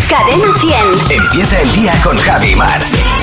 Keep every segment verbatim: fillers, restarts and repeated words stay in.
Cadena cien. Empieza el día con Javi Mar.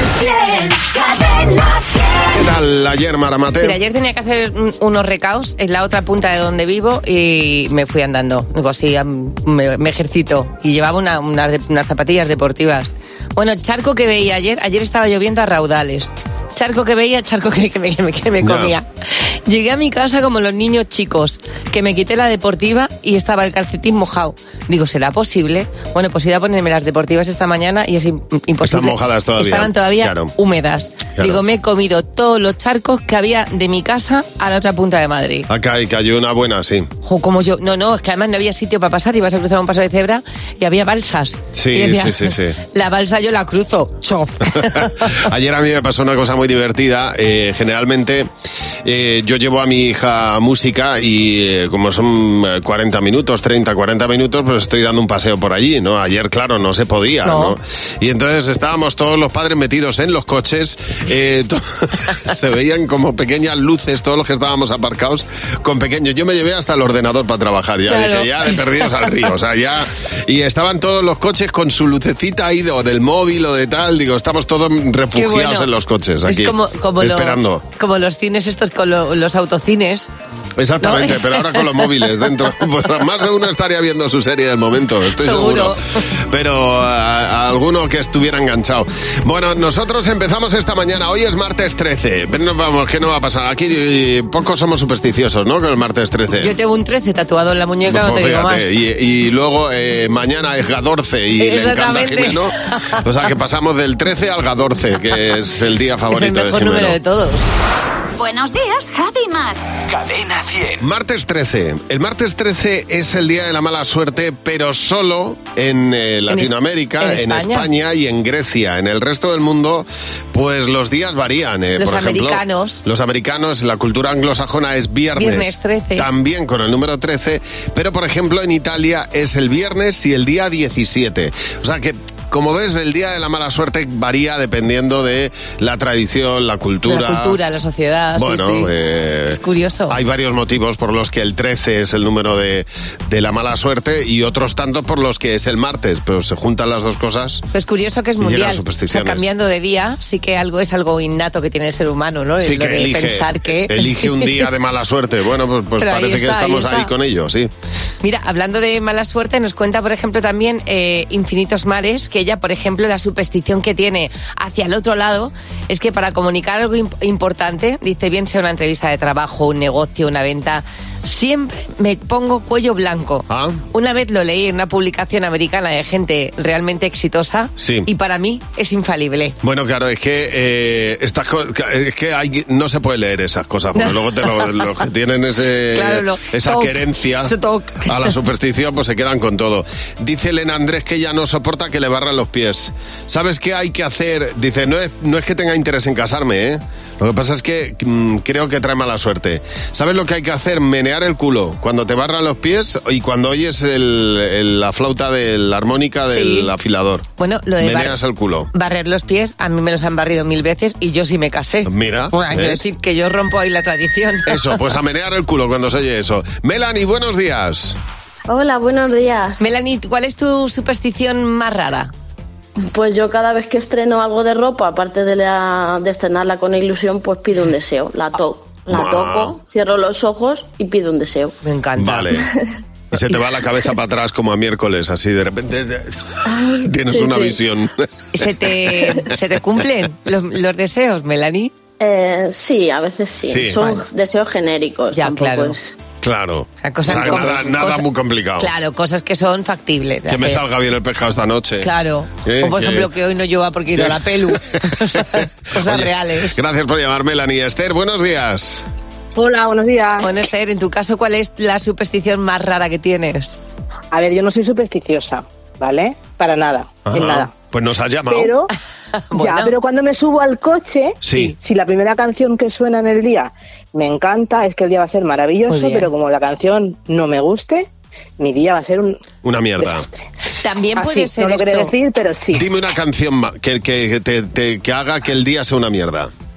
Cadena cien. ¿Qué tal ayer, Maramate? Mira, ayer tenía que hacer unos recaos en la otra punta de donde vivo y me fui andando. Digo, así, me, me ejercito. Y llevaba una, unas, unas zapatillas deportivas. Bueno, charco que veía ayer, ayer estaba lloviendo a raudales. Charco que veía, charco que, que, me, que, me, que me comía. No. Llegué a mi casa como los niños chicos, que me quité la deportiva y estaba el calcetín mojado. Digo, ¿será posible? Bueno, pues iba a ponerme las deportivas esta mañana y es imposible. Están mojadas todavía. Estaban todavía claro. húmedas. Claro. Digo, me he comido todos los charcos que había de mi casa a la otra punta de Madrid. Acá y cayó una buena, sí. O como yo. No, no, es que además no había sitio para pasar. Ibas a cruzar un paso de cebra y había balsas. Sí, y decía, sí, sí, sí. La balsa yo la cruzo. Chof. Ayer a mí me pasó una cosa muy divertida. Eh, generalmente eh, yo llevo a mi hija a música y eh, como son cuarenta minutos, treinta, cuarenta minutos, pues estoy dando un paseo por allí, ¿no? Ayer, claro, no se podía, ¿no? ¿no? Y entonces estábamos todos los padres metidos en los coches, eh, to- se veían como pequeñas luces todos los que estábamos aparcados con pequeños. Yo me llevé hasta el ordenador para trabajar, ya, claro. dije, ya de perdidos al río, o sea, ya... Y estaban todos los coches con su lucecita ahí, o del móvil o de tal, digo, estamos todos refugiados bueno. en los coches aquí. Es como, como, esperando. Lo, como los cines estos con lo, los autocines. Exactamente, ¿no? Pero ahora con los móviles dentro. Pues más de uno estaría viendo su serie del momento, estoy seguro. seguro. Pero a, a alguno que estuviera enganchado. Bueno, nosotros empezamos esta mañana. Hoy es martes trece. Vamos, ¿qué no va a pasar? Aquí pocos somos supersticiosos, ¿no? Con el martes trece. Yo tengo un trece tatuado en la muñeca, pues no te fíjate, digo más. Y, y luego eh, mañana es Gadorce y le encanta a Jimeno. O sea que pasamos del trece al Gadorce, que es el día favorito de Jimeno. Es el mejor número de todos. Buenos días, Javi y Mar. Cadena cien. Martes trece. El martes trece es el día de la mala suerte, pero solo en eh, Latinoamérica, en, en, España. en España y en Grecia. En el resto del mundo, pues los días varían. Eh. Los Por ejemplo, americanos. Los americanos, la cultura anglosajona es viernes. Viernes trece. También con el número trece. Pero, por ejemplo, en Italia es el viernes y el día diecisiete. O sea que... Como ves, el día de la mala suerte varía dependiendo de la tradición, la cultura. La cultura, la sociedad. Bueno, sí, sí. Eh, es curioso. Hay varios motivos por los que el trece es el número de, de la mala suerte y otros tantos por los que es el martes, pero se juntan las dos cosas. Pero es curioso que es mundial. O sea, cambiando de día, sí que algo es algo innato que tiene el ser humano, ¿no? Sí, lo que de elige, pensar que... elige un día de mala suerte. Bueno, pues, pues parece está, que estamos ahí, ahí con ello, sí. Mira, hablando de mala suerte, nos cuenta, por ejemplo, también eh, Infinitos Mares, que ella, por ejemplo, la superstición que tiene hacia el otro lado es que para comunicar algo imp- importante, dice, bien sea una entrevista de trabajo, un negocio, una venta, siempre me pongo cuello blanco. ¿Ah? Una vez lo leí en una publicación americana de gente realmente exitosa sí. y para mí es infalible. Bueno, claro, es que eh, estas co- es que hay, no se puede leer esas cosas, porque no. luego te lo, los que tienen ese, claro, no. esa Talk. querencia a la superstición, pues se quedan con todo. Dice Elena Andrés que ella no soporta que le barran los pies. ¿Sabes qué hay que hacer? Dice, no es, no es que tenga interés en casarme, ¿eh? Lo que pasa es que mmm, creo que trae mala suerte. ¿Sabes lo que hay que hacer? Menear el culo cuando te barran los pies y cuando oyes el, el, la flauta de la armónica del sí. afilador. Bueno, lo de meneas bar- el culo. Barrer los pies, a mí me los han barrido mil veces y yo sí me casé. Mira. Bueno, hay que decir que yo rompo ahí la tradición. Eso, pues a menear el culo cuando se oye eso. Melanie, buenos días. Hola, buenos días. Melanie, ¿cuál es tu superstición más rara? Pues yo cada vez que estreno algo de ropa, aparte de, la, de estrenarla con ilusión, pues pido un deseo. La, to- la wow. toco, cierro los ojos y pido un deseo. Me encanta. Vale. Y se te va la cabeza para atrás como a miércoles, así de repente Ay, tienes sí, una sí. visión. ¿Se te, ¿Se te cumplen los, los deseos, Melanie? Eh, sí, a veces sí. sí. Son vale. deseos genéricos. Ya, claro. Es... Claro. O sea, cosas o sea, con, nada, nada cosa, muy complicado. Claro, cosas que son factibles. Que me salga bien el pescado esta noche. Claro. ¿Eh? O por ¿Qué? ejemplo que hoy no llueva porque he ido a la pelu. O sea, cosas Oye, reales. Gracias por llamar, Melanie. Esther, buenos días. Hola, buenos días. Bueno, Esther, en tu caso, ¿cuál es la superstición más rara que tienes? A ver, yo no soy supersticiosa, ¿vale? Para nada, Ajá. en nada. Pues nos has llamado. Pero, bueno. ya, pero cuando me subo al coche, sí. si la primera canción que suena en el día me encanta, es que el día va a ser maravilloso, pero como la canción no me guste, mi día va a ser un una mierda. Desastre. También puede Así, ser no lo esto. quería decir, pero sí. Dime una canción que, que, te, te, que haga que el día sea una mierda.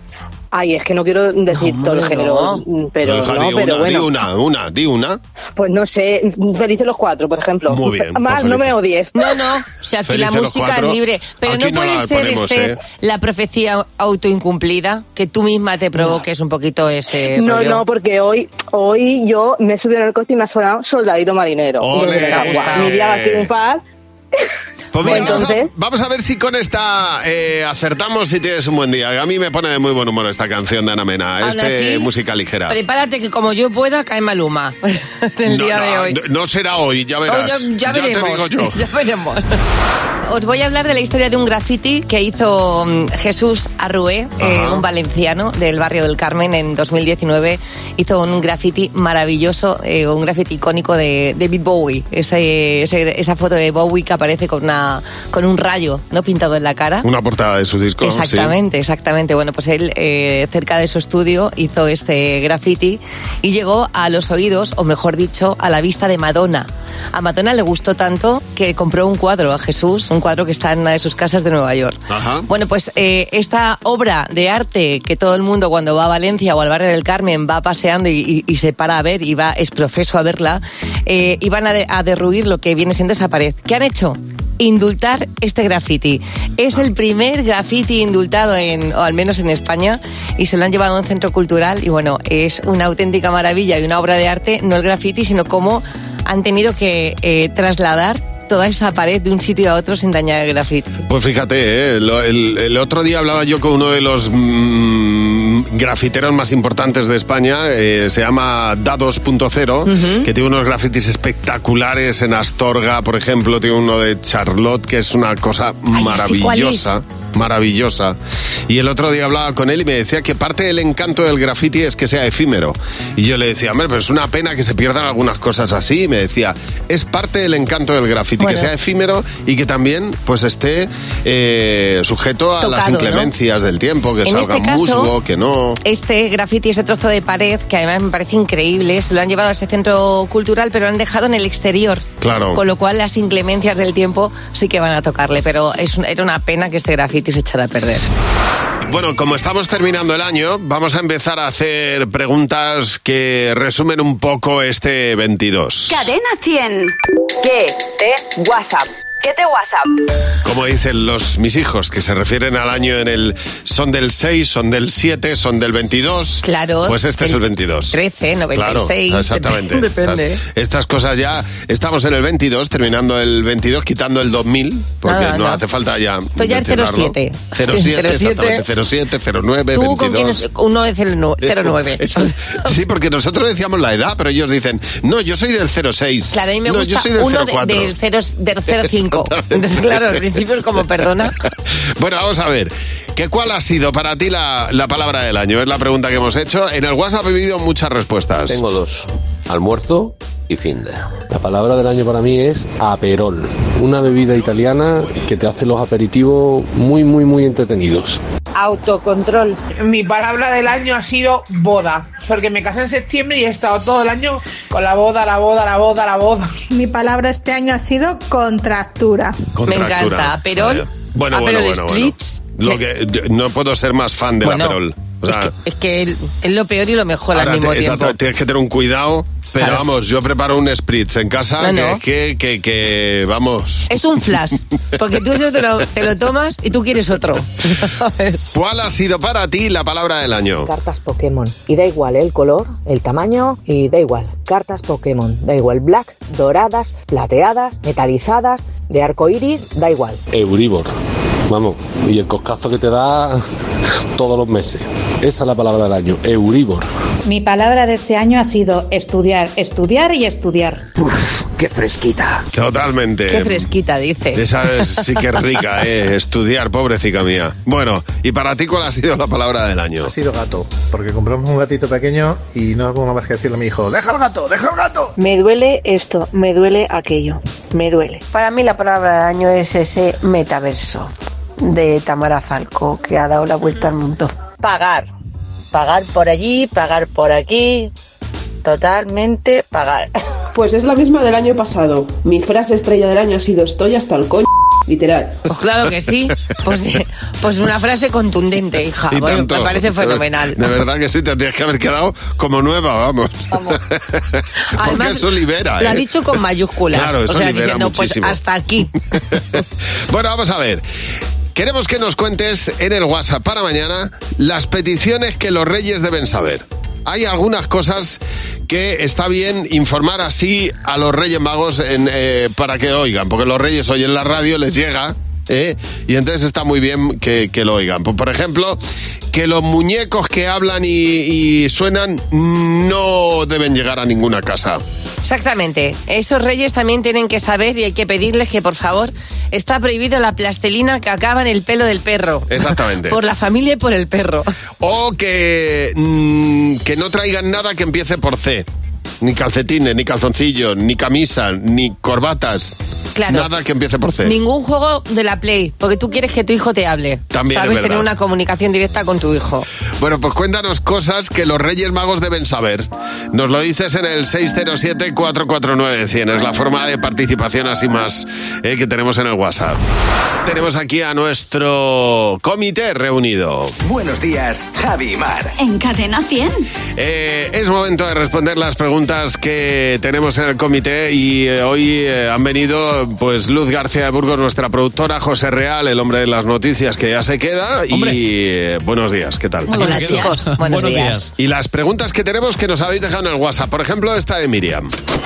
Ay, es que no quiero decir No, todo el hombre, género, no. pero Hija, no, di pero una, bueno. Di una, una, di una. Pues no sé, Felices los Cuatro, por ejemplo. Muy bien, Más, pues no me felices. odies. No, no, o sea, aquí la Felices los música cuatro. es libre. Pero Aquí no no puede la ser, ponemos, Esther, ¿eh? la profecía autoincumplida, que tú misma te provoques un poquito ese No, rollo. no, porque hoy hoy yo me he subido en el coche y me ha sonado Soldadito Marinero. ¡Ole! Y digo, venga, guau, mi día va a triunfar. Pues mira, vamos, a, Entonces- vamos a ver si con esta eh, acertamos y tienes un buen día. A mí me pone de muy buen humor esta canción de Ana Mena, Aún este así, música ligera. Prepárate que como yo pueda, cae Maluma el no, día no, de hoy. no será hoy, ya verás. Oh, ya, ya te veremos. digo yo. Ya veremos. Os voy a hablar de la historia de un graffiti que hizo mm, Jesús Arrué, eh, Ajá. un valenciano del barrio del Carmen, en dos mil diecinueve. Hizo un graffiti maravilloso, eh, un graffiti icónico de David Bowie. Ese, ese- esa foto de Bowie que aparece con, una, con un rayo, ¿no?, pintado en la cara. Una portada de su disco. Exactamente, exactamente. Bueno, pues él, eh, cerca de su estudio, hizo este graffiti y llegó a los oídos, o mejor dicho, a la vista de Madonna. A Madonna le gustó tanto que compró un cuadro a Jesús, un cuadro que está en una de sus casas de Nueva York. Ajá. Bueno, pues eh, esta obra de arte que todo el mundo cuando va a Valencia o al barrio del Carmen va paseando y, y- y se para a ver y va es profeso a verla, eh, iban a, de- a derruir lo que viene siendo esa pared. ¿Qué han hecho? Indultar este graffiti. Es el primer graffiti indultado, en, o al menos en España, y se lo han llevado a un centro cultural y bueno, es una auténtica maravilla y una obra de arte, no el graffiti, sino cómo han tenido que eh, trasladar toda esa pared de un sitio a otro sin dañar el graffiti. Pues fíjate, ¿eh? Lo- el, el otro día hablaba yo con uno de los mm, grafiteros más importantes de España, eh, se llama Dados punto cero, que tiene unos grafitis espectaculares en Astorga, por ejemplo, tiene uno de Charlotte, que es una cosa Ay, ya sé cuál maravillosa. Maravillosa. Y el otro día hablaba con él y me decía que parte del encanto del graffiti es que sea efímero. Y yo le decía, hombre, pero es una pena que se pierdan algunas cosas así. Y me decía, es parte del encanto del graffiti, Bueno. que sea efímero y que también pues esté eh, sujeto a Tocado, las ¿no? inclemencias del tiempo, que En salga este caso, musgo, que no... Este graffiti, ese trozo de pared, que además me parece increíble, se lo han llevado a ese centro cultural, pero lo han dejado en el exterior. Claro. Con lo cual las inclemencias del tiempo sí que van a tocarle, pero es, un- era una pena que este graffiti se echara a perder. Bueno, como estamos terminando el año, vamos a empezar a hacer preguntas que resumen un poco este veintidós. Cadena cien. ¿Qué te WhatsApp? ¿Qué te WhatsApp? Como dicen los mis hijos, que se refieren al año en el... Son del seis, son del siete, son del veintidós. Claro. Pues este es el del veintidós. trece, noventa y seis, Claro, exactamente. depende. Estas, estas cosas ya... Estamos en el veintidós, terminando el veintidós, quitando el dos mil, porque Nada, no nada. hace falta ya... Esto ya es cero siete. cero siete, cero siete. exactamente. cero siete, cero nueve, ¿Tú con quién veintidós. es? Uno es el nu- cero nueve. Eso- sí, porque nosotros decíamos la edad, pero ellos dicen, no, yo soy del cero seis. Claro, a mí me no, gusta yo soy del uno cero de- cuatro. del cero del cero cinco. Exactamente. Entonces, claro, al principio es como perdona. Bueno, vamos a ver. ¿Qué cuál ha sido para ti la, la palabra del año? Es la pregunta que hemos hecho. En el WhatsApp he vivido muchas respuestas. Tengo dos, almuerzo y finda. La palabra del año para mí es aperol, una bebida italiana que te hace los aperitivos muy, muy, muy entretenidos. Autocontrol. Mi palabra del año ha sido boda, porque me casé en septiembre y he estado todo el año con la boda, la boda, la boda, la boda. Mi palabra este año ha sido contractura. Me encanta. Aperol, Bueno, Aperol bueno, bueno, bueno. Spritz. Lo que, no puedo ser más fan del Bueno, Aperol. O sea, Es que es, es lo peor y lo mejor ahora al mismo te- tiempo. exacto, tienes que tener un cuidado. Pero Claro. vamos, yo preparo un spritz en casa No, que, no. que, que, que, vamos... Es un flash, porque tú eso te lo, te lo tomas y tú quieres otro, ¿sabes? ¿Cuál ha sido para ti la palabra del año? Cartas Pokémon. Y da igual el color, el tamaño, y da igual. Cartas Pokémon. Da igual black, doradas, plateadas, metalizadas, de arco iris, da igual. Euribor, vamos, y el coscazo que te da todos los meses. Esa es la palabra del año, Euribor. Mi palabra de este año ha sido estudiar, estudiar y estudiar. Uf, qué fresquita. Totalmente. Qué fresquita, dice. Esa es- sí que es rica, ¿eh? Estudiar, pobrecita mía. Bueno, ¿y para ti cuál ha sido la palabra del año? Ha sido gato, porque compramos un gatito pequeño y no hago más que decirle a mi hijo, ¡deja el gato, deja el gato! Me duele esto, me duele aquello, me duele. Para mí la palabra del año es ese metaverso de Tamara Falco, que ha dado la vuelta al mundo. Pagar. Pagar por allí, pagar por aquí. Totalmente pagar. Pues es la misma del año pasado. Mi frase estrella del año ha sido estoy hasta el coño literal. Pues claro que sí. Pues, pues una frase contundente, hija. Y Bueno, tanto. me parece fenomenal. De verdad que sí, te tienes que haber quedado como nueva, vamos. Vamos. Porque Además, eso libera, lo ha ¿eh? dicho con mayúsculas. Claro, eso o sea, libera diciendo, muchísimo. pues hasta aquí. Bueno, vamos a ver. Queremos que nos cuentes en el WhatsApp para mañana las peticiones que los reyes deben saber. Hay algunas cosas que está bien informar así a los Reyes Magos en, eh, para que oigan, porque los reyes oyen la radio, les llega, ¿eh? Y entonces está muy bien que, que lo oigan. Por, por ejemplo, que los muñecos que hablan y, y suenan no deben llegar a ninguna casa. Exactamente. Esos reyes también tienen que saber y hay que pedirles que, por favor, está prohibido la plastilina que acaba en el pelo del perro. Exactamente. Por la familia y por el perro. O que, mmm, que no traigan nada que empiece por C. Ni calcetines, ni calzoncillos, ni camisa, ni corbatas. Claro. Nada que empiece por C. Ningún juego de la Play, porque tú quieres que tu hijo te hable. También es Sabes verdad. tener una comunicación directa con tu hijo. Bueno, pues cuéntanos cosas que los Reyes Magos deben saber. Nos lo dices en el seis cero siete, cuatro cuatro nueve, cien. Es la forma de participación así más eh, que tenemos en el WhatsApp. Tenemos aquí a nuestro comité reunido. Buenos días, Javi y Mar. En Cadena cien. Eh, es momento de responder las preguntas que tenemos en el comité y eh, hoy eh, han venido pues Luz García de Burgos, nuestra productora, José Real, el hombre de las noticias que ya se queda. Hombre. Y eh, buenos días, ¿qué tal? Muy buenos chicos. Buenos, Buenos días. días. Y las preguntas que tenemos que nos habéis dejado en el WhatsApp. Por ejemplo, esta de Miriam.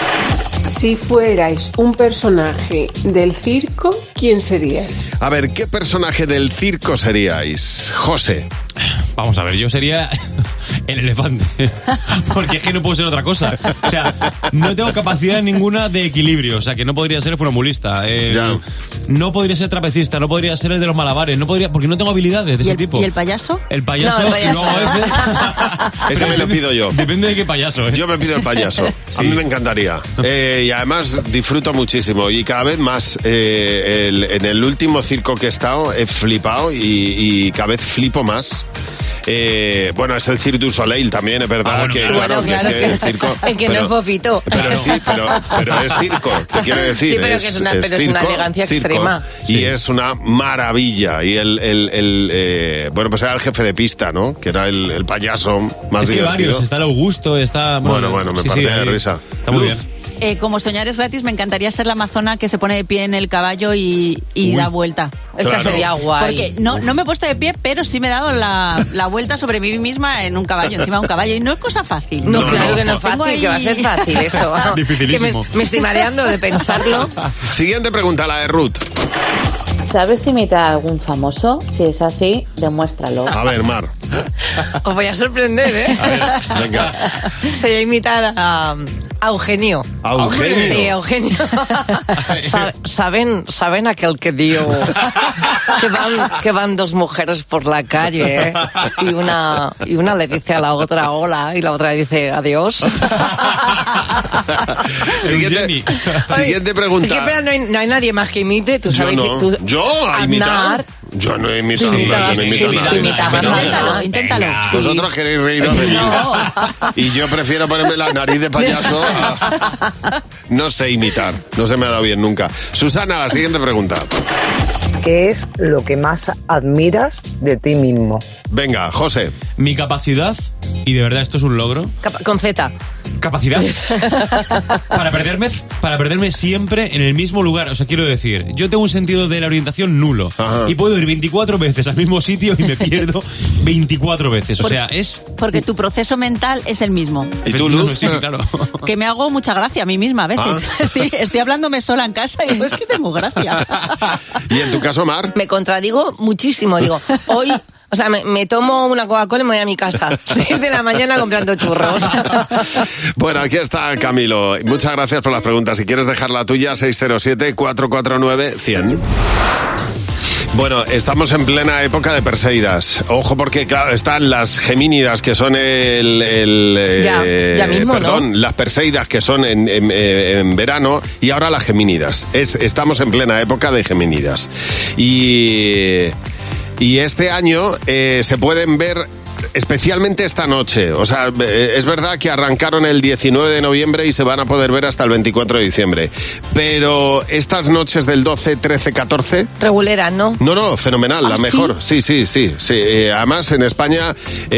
Si fuerais un personaje del circo, ¿quién seríais? A ver, ¿qué personaje del circo seríais? José. Vamos a ver, yo sería el elefante. Porque es que no puedo ser otra cosa. O sea, no tengo capacidad ninguna de equilibrio. O sea, que no podría ser funambulista. Eh, no podría ser trapecista. No podría ser el de los malabares. No podría, porque no tengo habilidades de ¿Y este ese el, tipo. ¿Y el payaso? El payaso, No, el payaso. y luego a veces... Ese me lo pido yo. Depende de qué payaso, ¿eh? Yo me pido el payaso. Sí. A mí me encantaría. Eh, y además disfruto muchísimo. Y cada vez más. Eh, el- en el último circo que he estado he flipado y, y cada vez flipo más. Eh, bueno, es el Cirque du Soleil también, es verdad. Ah, bueno, que, claro. claro, Bueno, que- claro que que- el circo. el que no pero- es fofito. Pero, es ci- pero, pero es circo, te quiero decir. Sí, pero que es una- pero es una elegancia extrema. Y Sí. es una maravilla. Y el, el, el, eh, bueno, pues era el jefe de pista, ¿no? Que era el, el payaso más Es que hay divertido. varios. Está el Augusto, está... Bueno, bueno, me sí, partía sí, de ahí. risa. Está muy Luz. bien. Eh, como soñar es gratis, me encantaría ser la amazona que se pone de pie en el caballo y, y Uy. da vuelta. Esa Claro. sería guay. Porque no, no me he puesto de pie, pero sí me he dado la, la vuelta sobre mí misma en un caballo, encima de un caballo. Y no es cosa fácil. No, No, claro no. que no es Tengo fácil, ahí- que va a ser fácil eso. Dificilísimo. Que me, me estoy mareando de pensarlo. Siguiente pregunta, la de Ruth. ¿Sabes imitar a algún famoso? Si es así, demuéstralo. A ver, Mar. Os voy a sorprender, ¿eh? A ver, venga. Se voy a imitar a, a Eugenio. ¿A Eugenio? Sí, Eugenio. Sa- ¿Saben, ¿Saben aquel que dio que van, que van dos mujeres por la calle ¿eh? y, una, y una le dice a la otra hola y la otra le dice adiós? Siguiente, siguiente pregunta. Es que, pero no hay, no hay nadie más que imite, tú Yo sabes. no. Tú, ¿Yo? ¿A imitar? Aznar. Yo no he imitado Tú a nadie, imitabas, no he sí, imitado a tú nadie. imitabas, Venga. inténtalo, inténtalo. Venga. Sí. Vosotros queréis reíros de mí. No. Y yo prefiero ponerme la nariz de payaso a... No sé imitar, no se me ha dado bien nunca. Susana, la siguiente pregunta. ¿Qué es lo que más admiras de ti mismo? Venga, José. Mi capacidad, y de verdad esto es un logro, Capa- Con Z. capacidad para perderme para perderme siempre en el mismo lugar. O sea, quiero decir, yo tengo un sentido de la orientación nulo. Ajá. Y puedo ir veinticuatro veces al mismo sitio y me pierdo veinticuatro veces. O sea, es... Porque tu proceso mental es el mismo. ¿Y tú, Luz? Sí, sí, claro. Que me hago mucha gracia a mí misma a veces. Ah. Estoy, estoy hablándome sola en casa y digo, es que tengo gracia. ¿Y en tu caso, Mar? Me contradigo muchísimo. Digo, hoy, o sea, me, me tomo una Coca-Cola y me voy a mi casa. seis de la mañana comprando churros. Bueno, aquí está Camilo. Muchas gracias por las preguntas. Si quieres dejar la tuya, seis cero siete, cuatro cuatro nueve, cien. Bueno, estamos en plena época de Perseidas. Ojo porque, claro, están las Gemínidas, que son el... el, eh, Ya, ya mismo, perdón, ¿no? las Perseidas, que son en, en, eh, en verano, y ahora las Gemínidas. Es, estamos en plena época de Gemínidas. Y... Y este año eh, se pueden ver especialmente esta noche. O sea, es verdad que arrancaron el diecinueve de noviembre y se van a poder ver hasta el veinticuatro de diciembre. Pero estas noches del doce, trece, catorce... Reguleras, ¿no? No, no, fenomenal, ¿Ah, la sí? mejor. Sí, sí, sí. sí. Eh, además, en España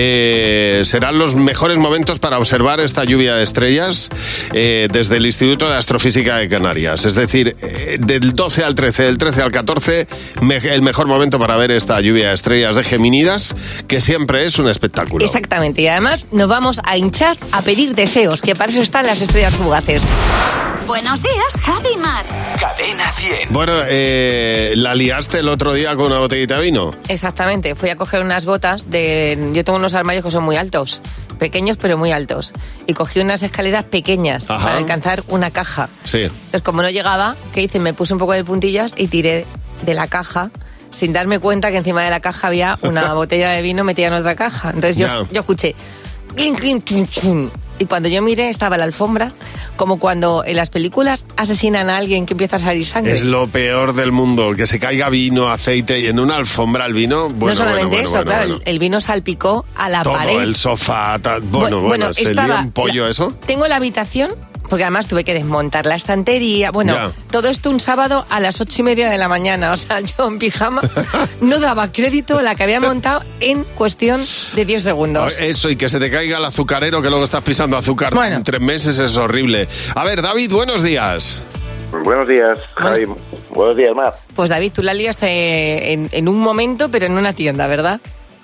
eh, serán los mejores momentos para observar esta lluvia de estrellas eh, desde el Instituto de Astrofísica de Canarias. Es decir, eh, del doce al trece, del trece al catorce, me, el mejor momento para ver esta lluvia de estrellas de Geminidas, que siempre es un espectáculo. Exactamente, y además nos vamos a hinchar a pedir deseos, que para eso están las estrellas fugaces. Buenos días, Javi y Mar. Cadena cien. Bueno, eh, ¿la liaste el otro día con una botellita de vino? Exactamente, fui a coger unas botas de... Yo tengo unos armarios que son muy altos, pequeños pero muy altos, y cogí unas escaleras pequeñas Ajá. para alcanzar una caja. Sí. Entonces, como no llegaba, ¿qué hice? Me puse un poco de puntillas y tiré de la caja sin darme cuenta que encima de la caja había una botella de vino metida en otra caja. Entonces yo, Ya. yo escuché... clink, clink, chun, chun. Y cuando yo miré estaba la alfombra, como cuando en las películas asesinan a alguien que empieza a salir sangre. Es lo peor del mundo, que se caiga vino, aceite y en una alfombra el vino. Bueno, no solamente bueno, bueno, eso, bueno, claro, bueno. El, el vino salpicó a la Todo, pared. el sofá, tal. Bueno, Bu- bueno, ¿se estaba lió un pollo la- eso? Tengo la habitación, porque además tuve que desmontar la estantería. Bueno, Ya. todo esto un sábado a las ocho y media de la mañana. O sea, yo en pijama no daba crédito a la que había montado en cuestión de diez segundos. Eso, y que se te caiga el azucarero, que luego estás pisando azúcar Bueno. en tres meses, es horrible. A ver, David, buenos días. Buenos días, Javi. Buenos días, Mar. Pues David, tú la liaste en, en un momento, pero en una tienda, ¿verdad?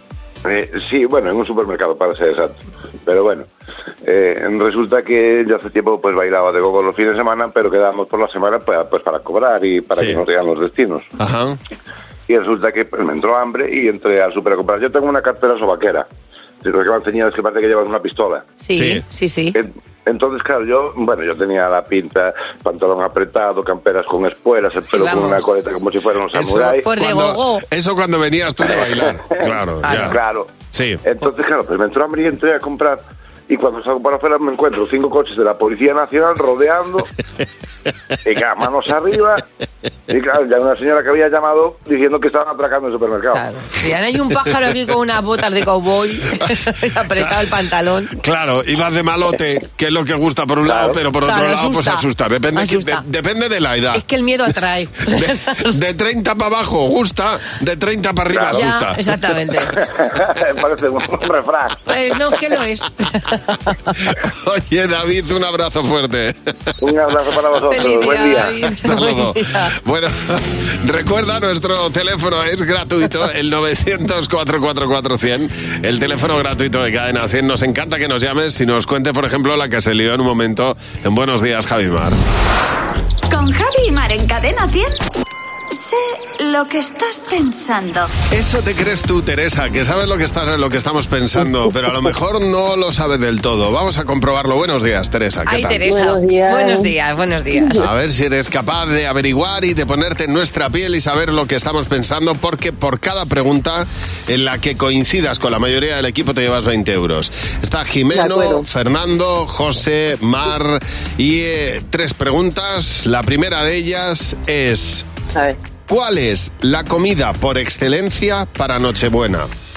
Eh, sí, bueno, en un supermercado, para ser exacto. Pero bueno, eh, resulta que yo hace tiempo pues bailaba de gogo los fines de semana, pero quedábamos por la semana pues, pues para cobrar y para Sí. que nos digan los destinos. Ajá. Y resulta que pues, me entró hambre y entré al super a comprar. Yo tengo una cartera sobaquera, de los que van ceñidas que parece que llevan una pistola. Sí, sí, sí. sí. En- Entonces, claro, yo, bueno, yo tenía la pinta, pantalón apretado, camperas con espuelas, el pelo con vamos. una coleta como si fuera un Eso, samurái. Por de cuando, gogo. eso cuando venías tú de bailar. Claro, ya. Claro. Sí. Entonces, claro, pues me entró hambre y entré a comprar. Y cuando salgo para afuera me encuentro cinco coches de la Policía Nacional rodeando. Y claro, manos arriba. Y claro, ya una señora que había llamado diciendo que estaban atracando el supermercado. Claro. Y ahora hay un pájaro aquí con unas botas de cowboy, apretado el pantalón. Claro, ibas de malote, que es lo que gusta por un Claro. lado, pero por otro Claro, lado pues asusta. asusta. Depende, Asusta. de- depende de la edad. Es que el miedo atrae. De, de treinta para abajo gusta, de treinta para arriba Claro. Ya, asusta. exactamente. Parece un, un refrán. Pues no, es que lo es. Oye, David, un abrazo fuerte. Un abrazo para vosotros. Feliz día, Buen día. David. Hasta Buen luego. día. Bueno, recuerda, nuestro teléfono es gratuito, el novecientos, cuatro cuatro cuatro, cien, el teléfono gratuito de Cadena cien. Nos encanta que nos llames y nos cuente, por ejemplo, la que se lió en un momento en Buenos Días, Javi Mar. Con Javi y Mar en Cadena cien. Sé lo que estás pensando. Eso te crees tú, Teresa, que sabes lo que estás, lo que estamos pensando, pero a lo mejor no lo sabes del todo. Vamos a comprobarlo. Buenos días, Teresa. ¿Qué Ay, tal? Teresa. Buenos días. Buenos días, buenos días. A ver si eres capaz de averiguar y de ponerte en nuestra piel y saber lo que estamos pensando, porque por cada pregunta en la que coincidas con la mayoría del equipo te llevas veinte euros. Está De Jimeno, acuerdo. Fernando, José, Mar y eh, tres preguntas. La primera de ellas es... A ver. ¿Cuál es la comida por excelencia para Nochebuena?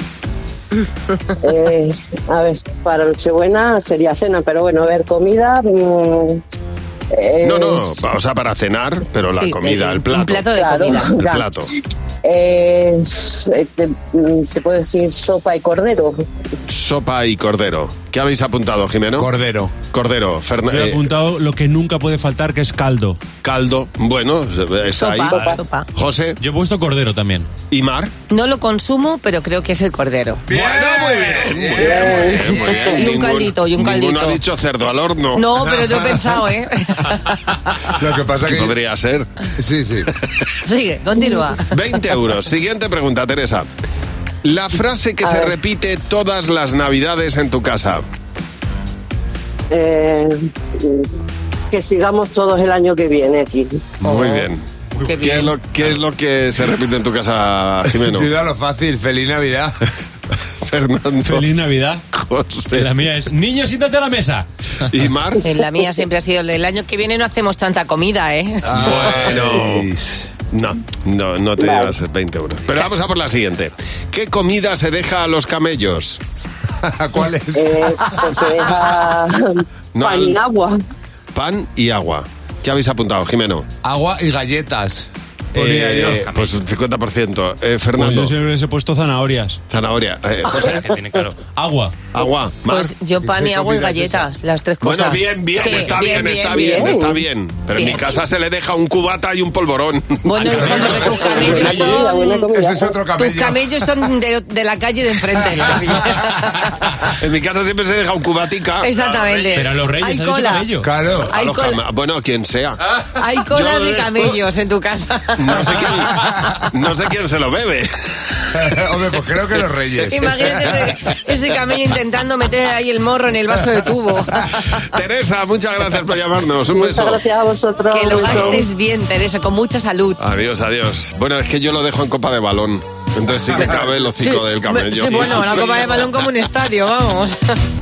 Eh, a ver, para Nochebuena sería cena, pero bueno, a ver, comida. mm, eh, No, no, o sea, para cenar, pero la Sí, comida, eh, el plato. un plato de Claro. comida. El Ya. plato. eh, eh, te, mm, te puedo decir sopa y cordero. Sopa y cordero. ¿Qué habéis apuntado, Jimeno? Cordero. Cordero. Ferna- Yo he eh, apuntado lo que nunca puede faltar, que es caldo. caldo. Bueno, es Sopa, ahí. sopa. sopa. José Yo he puesto cordero también. y Mar. No lo consumo, pero creo que es el cordero. Bueno, muy bien, muy bien, muy bien, muy bien. Y un Ningún- caldito, y un Ninguno caldito. ha dicho cerdo al horno. No, pero yo he pensado, ¿eh? Lo que pasa Que podría ser. Sí, sí. Sigue, continúa. veinte euros. Siguiente pregunta, Teresa. La frase que A se ver. repite todas las navidades en tu casa. Eh, mm, que sigamos todos el año que viene aquí. Muy bien. Qué ¿Qué bien. es, lo, ¿Qué es lo que se repite en tu casa, Jimeno? Sí, da lo fácil. Feliz Navidad. Fernando. Feliz Navidad. José. La mía es, niño, siéntate a la mesa. ¿Y Mar? En la mía siempre ha sido el año que viene no hacemos tanta comida, ¿eh? Bueno. No, no, no te Vale. llevas veinte euros. Pero vamos a por la siguiente. ¿Qué comida se deja a los camellos? ¿Cuál es? Eh, pues se deja No, pan el- y agua. Pan y agua. ¿Qué habéis apuntado, Jimeno? Agua y galletas. Ponía Eh, yo. pues un cincuenta por ciento. Eh, Pues Fernando. yo siempre les he puesto zanahorias. Zanahoria. Eh, José. Que tiene claro. Agua. Agua. Mar. Pues yo pan y agua y galletas, las tres cosas. Bueno, bien, bien, Sí, está bien, está bien, está bien. Pero en mi Bien. casa se le deja un cubata y un polvorón. Bueno, hijo, porque tus camellos son, Ese es otro tus camello. camellos son de, de la calle de enfrente. En mi casa siempre se deja un cubatica. Exactamente. Pero a los reyes, Hay ¿has dicho cola. camello? Claro. A Hay los cola. cama- Bueno, quien sea. Hay cola Yo de de- camellos en tu casa. No sé quién, no sé quién se lo bebe. Hombre, pues creo que los reyes. Imagínate ese, ese camello intentando meter ahí el morro en el vaso de tubo. Teresa, muchas gracias por llamarnos. Un Muchas beso. gracias a vosotros. Que lo Un beso. gastes bien, Teresa, con mucha salud. Adiós, adiós. Bueno, es que yo lo dejo en copa de balón. Entonces sí que cabe el hocico del camello. Sí, bueno, la copa de balón como un estadio, vamos.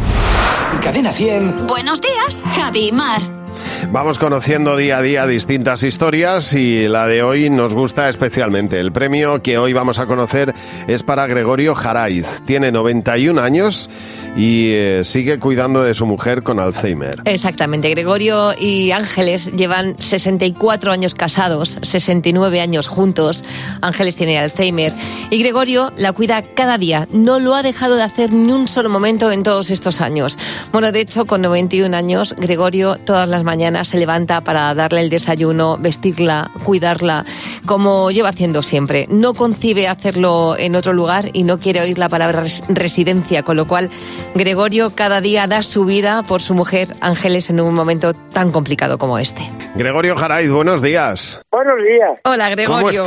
Cadena cien. Buenos días, Javi y Mar. Vamos conociendo día a día distintas historias y la de hoy nos gusta especialmente. El premio que hoy vamos a conocer es para Gregorio Jaraiz. Tiene noventa y un años y eh, sigue cuidando de su mujer con Alzheimer. Exactamente, Gregorio y Ángeles llevan sesenta y cuatro años casados, sesenta y nueve años juntos. Ángeles tiene Alzheimer y Gregorio la cuida cada día. No lo ha dejado de hacer ni un solo momento en todos estos años. Bueno, de hecho, con noventa y un años, Gregorio todas las mañanas se levanta para darle el desayuno, vestirla, cuidarla, como lleva haciendo siempre. No concibe hacerlo en otro lugar y no quiere oír la palabra res- residencia, con lo cual Gregorio cada día da su vida por su mujer Ángeles en un momento tan complicado como este. Gregorio Jaraiz, buenos días. Buenos días. Hola, Gregorio.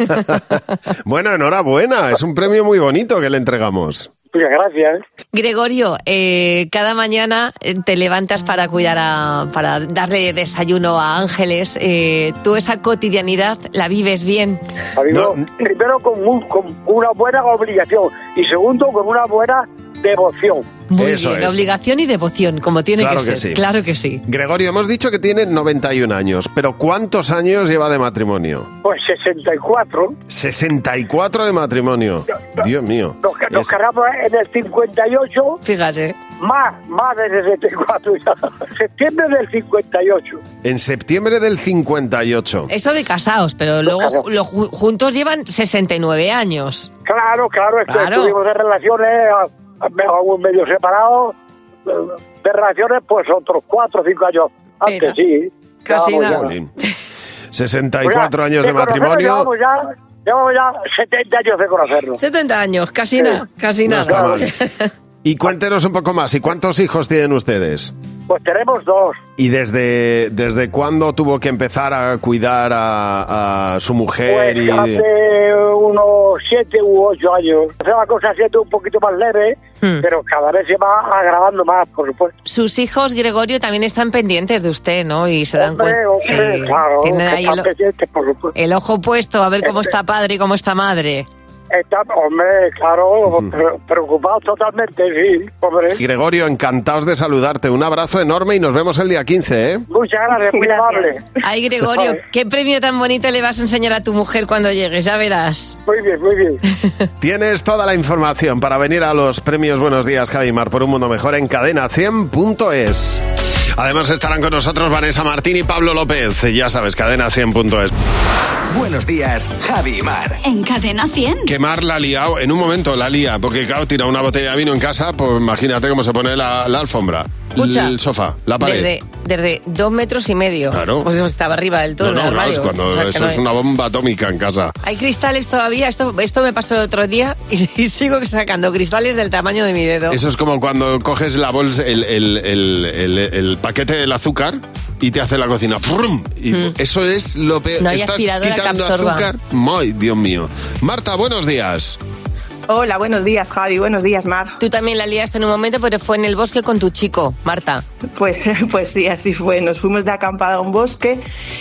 Bueno, enhorabuena, es un premio muy bonito que le entregamos. Muchas gracias. Gregorio, eh, cada mañana eh, te levantas para cuidar a, para darle desayuno a Ángeles. Eh, ¿Tú esa cotidianidad la vives bien? Amigo, primero con, mu- con una buena obligación y segundo con una buena devoción. Muy Eso bien, es. obligación y devoción, como tiene Claro que que ser. sí. Claro que sí. Gregorio, hemos dicho que tiene noventa y un años, pero ¿cuántos años lleva de matrimonio? Pues sesenta y cuatro. sesenta y cuatro de matrimonio. Dios mío. Nos, ca- nos Es- casamos en el cincuenta y ocho. Fíjate. Más, más de sesenta y cuatro. Septiembre del cincuenta y ocho. En septiembre del cincuenta y ocho. Eso de casados, pero luego ju- lo ju- juntos llevan sesenta y nueve años. Claro, claro, es que Claro. estuvimos de relaciones a- a- aún medio separados. eh, De relaciones, pues otros cuatro o cinco años antes, Mira, sí. casi Llevamos nada. ya- Jolín. sesenta y Pues ya, cuatro años de conocernos matrimonio. Llevamos ya, llevamos ya setenta años de conocernos. setenta años, casi nada, casi No está nada. mal. Y cuéntenos un poco más. ¿Y cuántos hijos tienen ustedes? Pues tenemos dos. ¿Y desde, desde cuándo tuvo que empezar a cuidar a, a su mujer? Pues y... hace unos siete u ocho años. Hace la cosa siendo un poquito más leve, Hmm. pero cada vez se va agravando más, por supuesto. Sus hijos, Gregorio, también están pendientes de usted, ¿no? Y se dan Hombre, cuenta. hombre, Sí. claro, Tienen que ahí están el, pendientes, por supuesto. el ojo puesto a ver cómo Este- está padre y cómo está madre. Está, hombre, claro, pre- preocupados totalmente, sí, hombre. Y Gregorio, encantados de saludarte. Un abrazo enorme y nos vemos el día quince, ¿eh? Muchas gracias, muy amable. Ay, Gregorio, Vale. qué premio tan bonito le vas a enseñar a tu mujer cuando llegues, ya verás. Muy bien, muy bien. Tienes toda la información para venir a los premios Buenos Días, Javi Mar, por un mundo mejor en cadena cien punto es. Además estarán con nosotros Vanessa Martín y Pablo López. Ya sabes, cadena cien punto es. Buenos días, Javi y Mar. En Cadena cien. Que Mar la ha liado, en un momento la lía, porque claro, tira una botella de vino en casa, pues imagínate cómo se pone la, la alfombra, Escucha, el sofá, la pared. Desde, desde dos metros y medio. Claro. Pues estaba arriba del todo No, en no, el claro, armario. es cuando O sea, que eso no es hay- una bomba atómica en casa. Hay cristales todavía, esto, esto me pasó el otro día y, y sigo sacando cristales del tamaño de mi dedo. Eso es como cuando coges la bolsa, el, el, el, el, el paquete del azúcar y te hace la cocina. ¡Frum! Y Mm. eso es lo peor. No hay Estás aspiradora que quitando absorba. azúcar. ¡Ay, Dios mío! Marta, buenos días. Hola, buenos días, Javi. Buenos días, Mar. Tú también la liaste en un momento, pero fue en el bosque con tu chico, Marta. Pues, pues sí, así fue. Nos fuimos de acampada a un bosque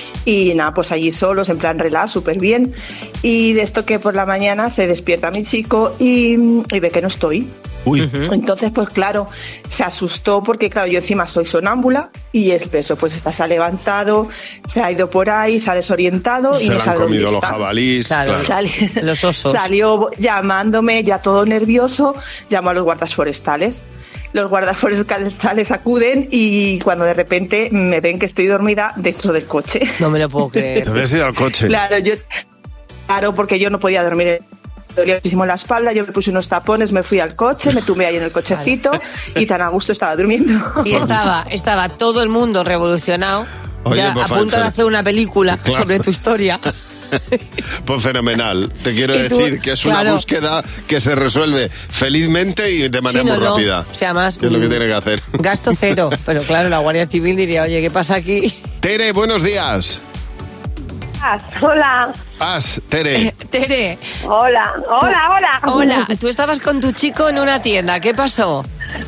y nada, pues allí solos, en plan relax, súper bien. Y de esto que por la mañana se despierta mi chico y, y ve que no estoy. Uy. Entonces, pues claro, se asustó porque, claro, yo encima soy sonámbula y el peso, pues está, se ha levantado, se ha ido por ahí, se ha desorientado y Se no le han sabe dónde comido los está. jabalís. Claro. claro. Sali- Los osos. Salió llamándome, ya todo nervioso, llamó a los guardas forestales. Los guardas forestales acuden y cuando de repente me ven que estoy dormida dentro del coche. No me lo puedo creer. Te habías ido al coche. Claro, yo, claro, porque yo no podía dormir. Me dolía muchísimo la espalda, yo me puse unos tapones, me fui al coche, me tumbé ahí en el cochecito y tan a gusto estaba durmiendo. Y estaba, estaba todo el mundo revolucionado, Oye, ya pues, a punto Fer- de hacer una película Claro. sobre tu historia. Pues fenomenal. Te quiero Y tú, decir que es una claro. búsqueda que se resuelve felizmente y de manera Sí, no, muy no. rápida. O sea, más, Que es lo que mm, tiene que hacer. Gasto cero, pero claro, la Guardia Civil diría, oye, ¿qué pasa aquí? Tere, buenos días. Hola. As, Tere. Tere. Hola, hola, hola. Hola, tú estabas con tu chico en una tienda, ¿qué pasó?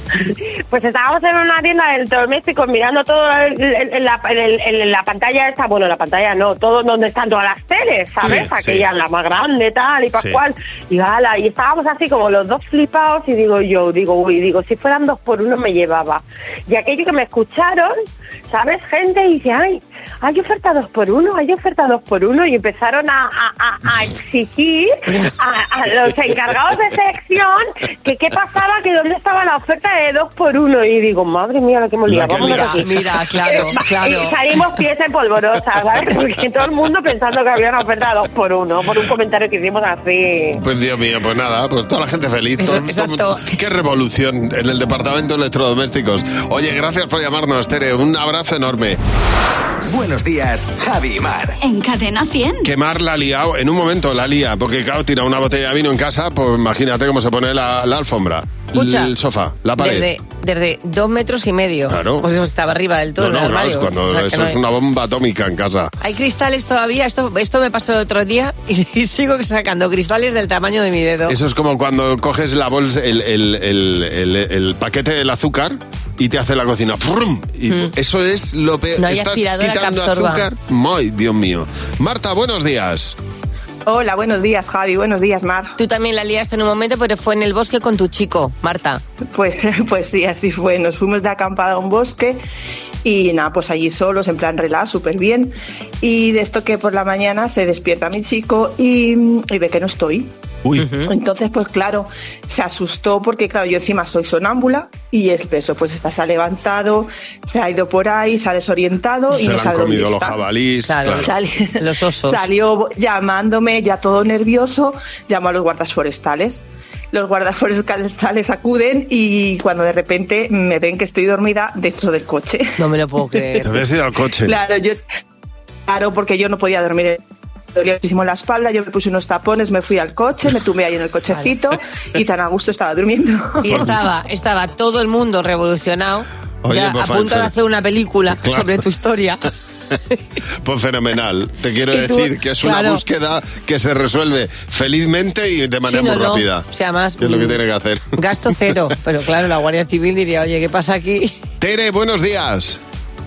Pues estábamos en una tienda de electrodomésticos mirando todo en, en la, en, el- en la pantalla esta, bueno, la pantalla no, todo donde están todas las teles, ¿sabes? Sí, Aquella, sí. la más grande, tal y Sí. pascual. Y ala, y estábamos así como los dos flipados y digo yo, digo, uy, digo, si fueran dos por uno me llevaba. Y aquello que me escucharon, ¿sabes? Gente y dice, ay, hay oferta dos por uno, hay oferta dos por uno. Y empezaron a, a, a, a exigir a, a los encargados de sección que qué pasaba, que dónde estaba la oferta de dos por uno. Y digo, madre mía, lo que hemos liado, que vámonos mira, de aquí. mira, claro, claro. Y salimos pies en polvorosa, ¿sabes? Porque todo el mundo pensando que había una oferta de dos por uno, por un comentario que hicimos así. Pues Dios mío, pues nada, pues toda la gente feliz. Eso, Todo- exacto. todo- qué revolución en el departamento de electrodomésticos. Oye, gracias por llamarnos, Tere. Un abrazo enorme. Buenos días, Javi y Mar. En Cadena cien. Que Mar la ha liado, en un momento la lía, porque claro, tira una botella de vino en casa, pues imagínate cómo se pone la, la alfombra, Escucha, el sofá, la pared. Desde, desde dos metros y medio. Claro. Pues estaba arriba del todo no, en el no, claro, armario. es cuando O sea, que eso no es hay- una bomba atómica en casa. Hay cristales todavía, esto, esto me pasó el otro día y, y sigo sacando cristales del tamaño de mi dedo. Eso es como cuando coges la bolsa, el, el, el, el, el paquete del azúcar y te hace la cocina. ¡Frum! Y Mm. eso es lo peor. No hay Estás aspiradora que quitando absorba. azúcar. ¡Ay, Dios mío! Marta, buenos días. Hola, buenos días, Javi. Buenos días, Mar. Tú también la liaste en un momento, pero fue en el bosque con tu chico, Marta. Pues, pues sí, así fue. Nos fuimos de acampada a un bosque y nada, pues allí solos, en plan relax, súper bien. Y de esto que por la mañana se despierta mi chico y, y ve que no estoy. Uy. Entonces, pues claro, se asustó porque, claro, yo encima soy sonámbula y el peso, pues está, se ha levantado, se ha ido por ahí, se ha desorientado y Se no le han sabe dónde comido los está. jabalís. Claro. claro. Sali- Los osos. Salió llamándome, ya todo nervioso, llamó a los guardas forestales. Los guardas forestales acuden y cuando de repente me ven que estoy dormida dentro del coche. No me lo puedo creer. Te habías ido al coche. Claro, yo, claro, porque yo no podía dormir. Me dolía muchísimo la espalda, yo me puse unos tapones, me fui al coche, me tumbé ahí en el cochecito y tan a gusto estaba durmiendo. Y estaba, estaba todo el mundo revolucionado, Oye, ya pues, a punto Fer- de hacer una película Claro. sobre tu historia. Pues fenomenal. Te quiero Y tú, decir que es una claro. búsqueda que se resuelve felizmente y de manera Sí, no, muy no. rápida. O sea, más, Que es lo que mm, tiene que hacer. Gasto cero, pero claro, la Guardia Civil diría, oye, ¿qué pasa aquí? Tere, buenos días.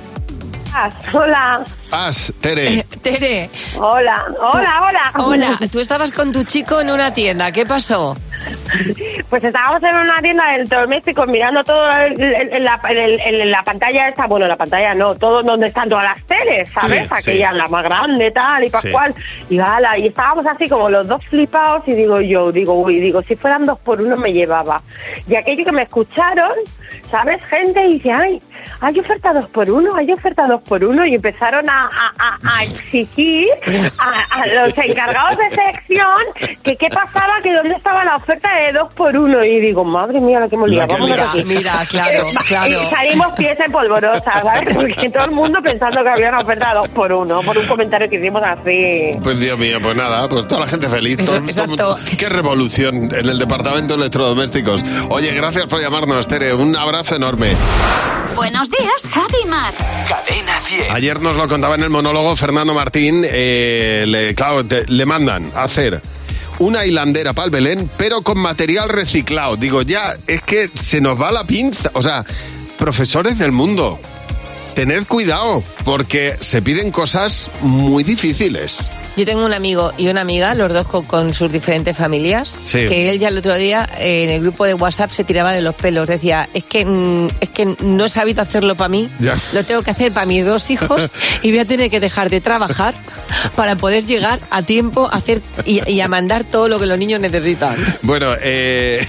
Hola. As, Tere. Tere. Hola, hola, hola. Hola, tú estabas con tu chico en una tienda, ¿qué pasó? Pues estábamos en una tienda de electrodomésticos mirando todo en, en la, en, el- en la pantalla esta, bueno, la pantalla no, todo donde están todas las teles, ¿sabes? Sí, Aquella, sí. la más grande, tal y pascual. Y ala, y estábamos así como los dos flipados y digo yo, digo, uy, digo, si fueran dos por uno me llevaba. Y aquello que me escucharon, ¿sabes? Gente y dice, ay, hay oferta dos por uno, hay oferta dos por uno. Y empezaron a, a, a, a exigir a, a los encargados de sección que qué pasaba, que dónde estaba la oferta de dos por uno. Y digo, madre mía, lo que hemos La liado, que vámonos de mira, aquí. mira, claro, Eh, claro. Y salimos pies en polvorosa, ¿sabes? Porque todo el mundo pensando que había una oferta de dos por uno, por un comentario que hicimos así. Pues Dios mío, pues nada, pues toda la gente feliz. Eso, Todo- exacto. todo- qué revolución en el departamento de electrodomésticos. Oye, gracias por llamarnos, Tere. Un abrazo enorme. Buenos días, Javi y Mar. Cadena cien. Ayer nos lo contaba en el monólogo Fernando Martín. eh, le, claro, te- le mandan a hacer una hilandera para el Belén, pero con material reciclado. Digo, ya, es que se nos va la pinza. O sea, profesores del mundo, tened cuidado, porque se piden cosas muy difíciles. Yo tengo un amigo y una amiga, los dos con, con sus diferentes familias, Sí. que él ya el otro día eh, en el grupo de WhatsApp se tiraba de los pelos. Decía, es que, mm, es que no he sabido hacerlo para mí, Ya. lo tengo que hacer para mis dos hijos y voy a tener que dejar de trabajar para poder llegar a tiempo a hacer y, y a mandar todo lo que los niños necesitan. Bueno, eh...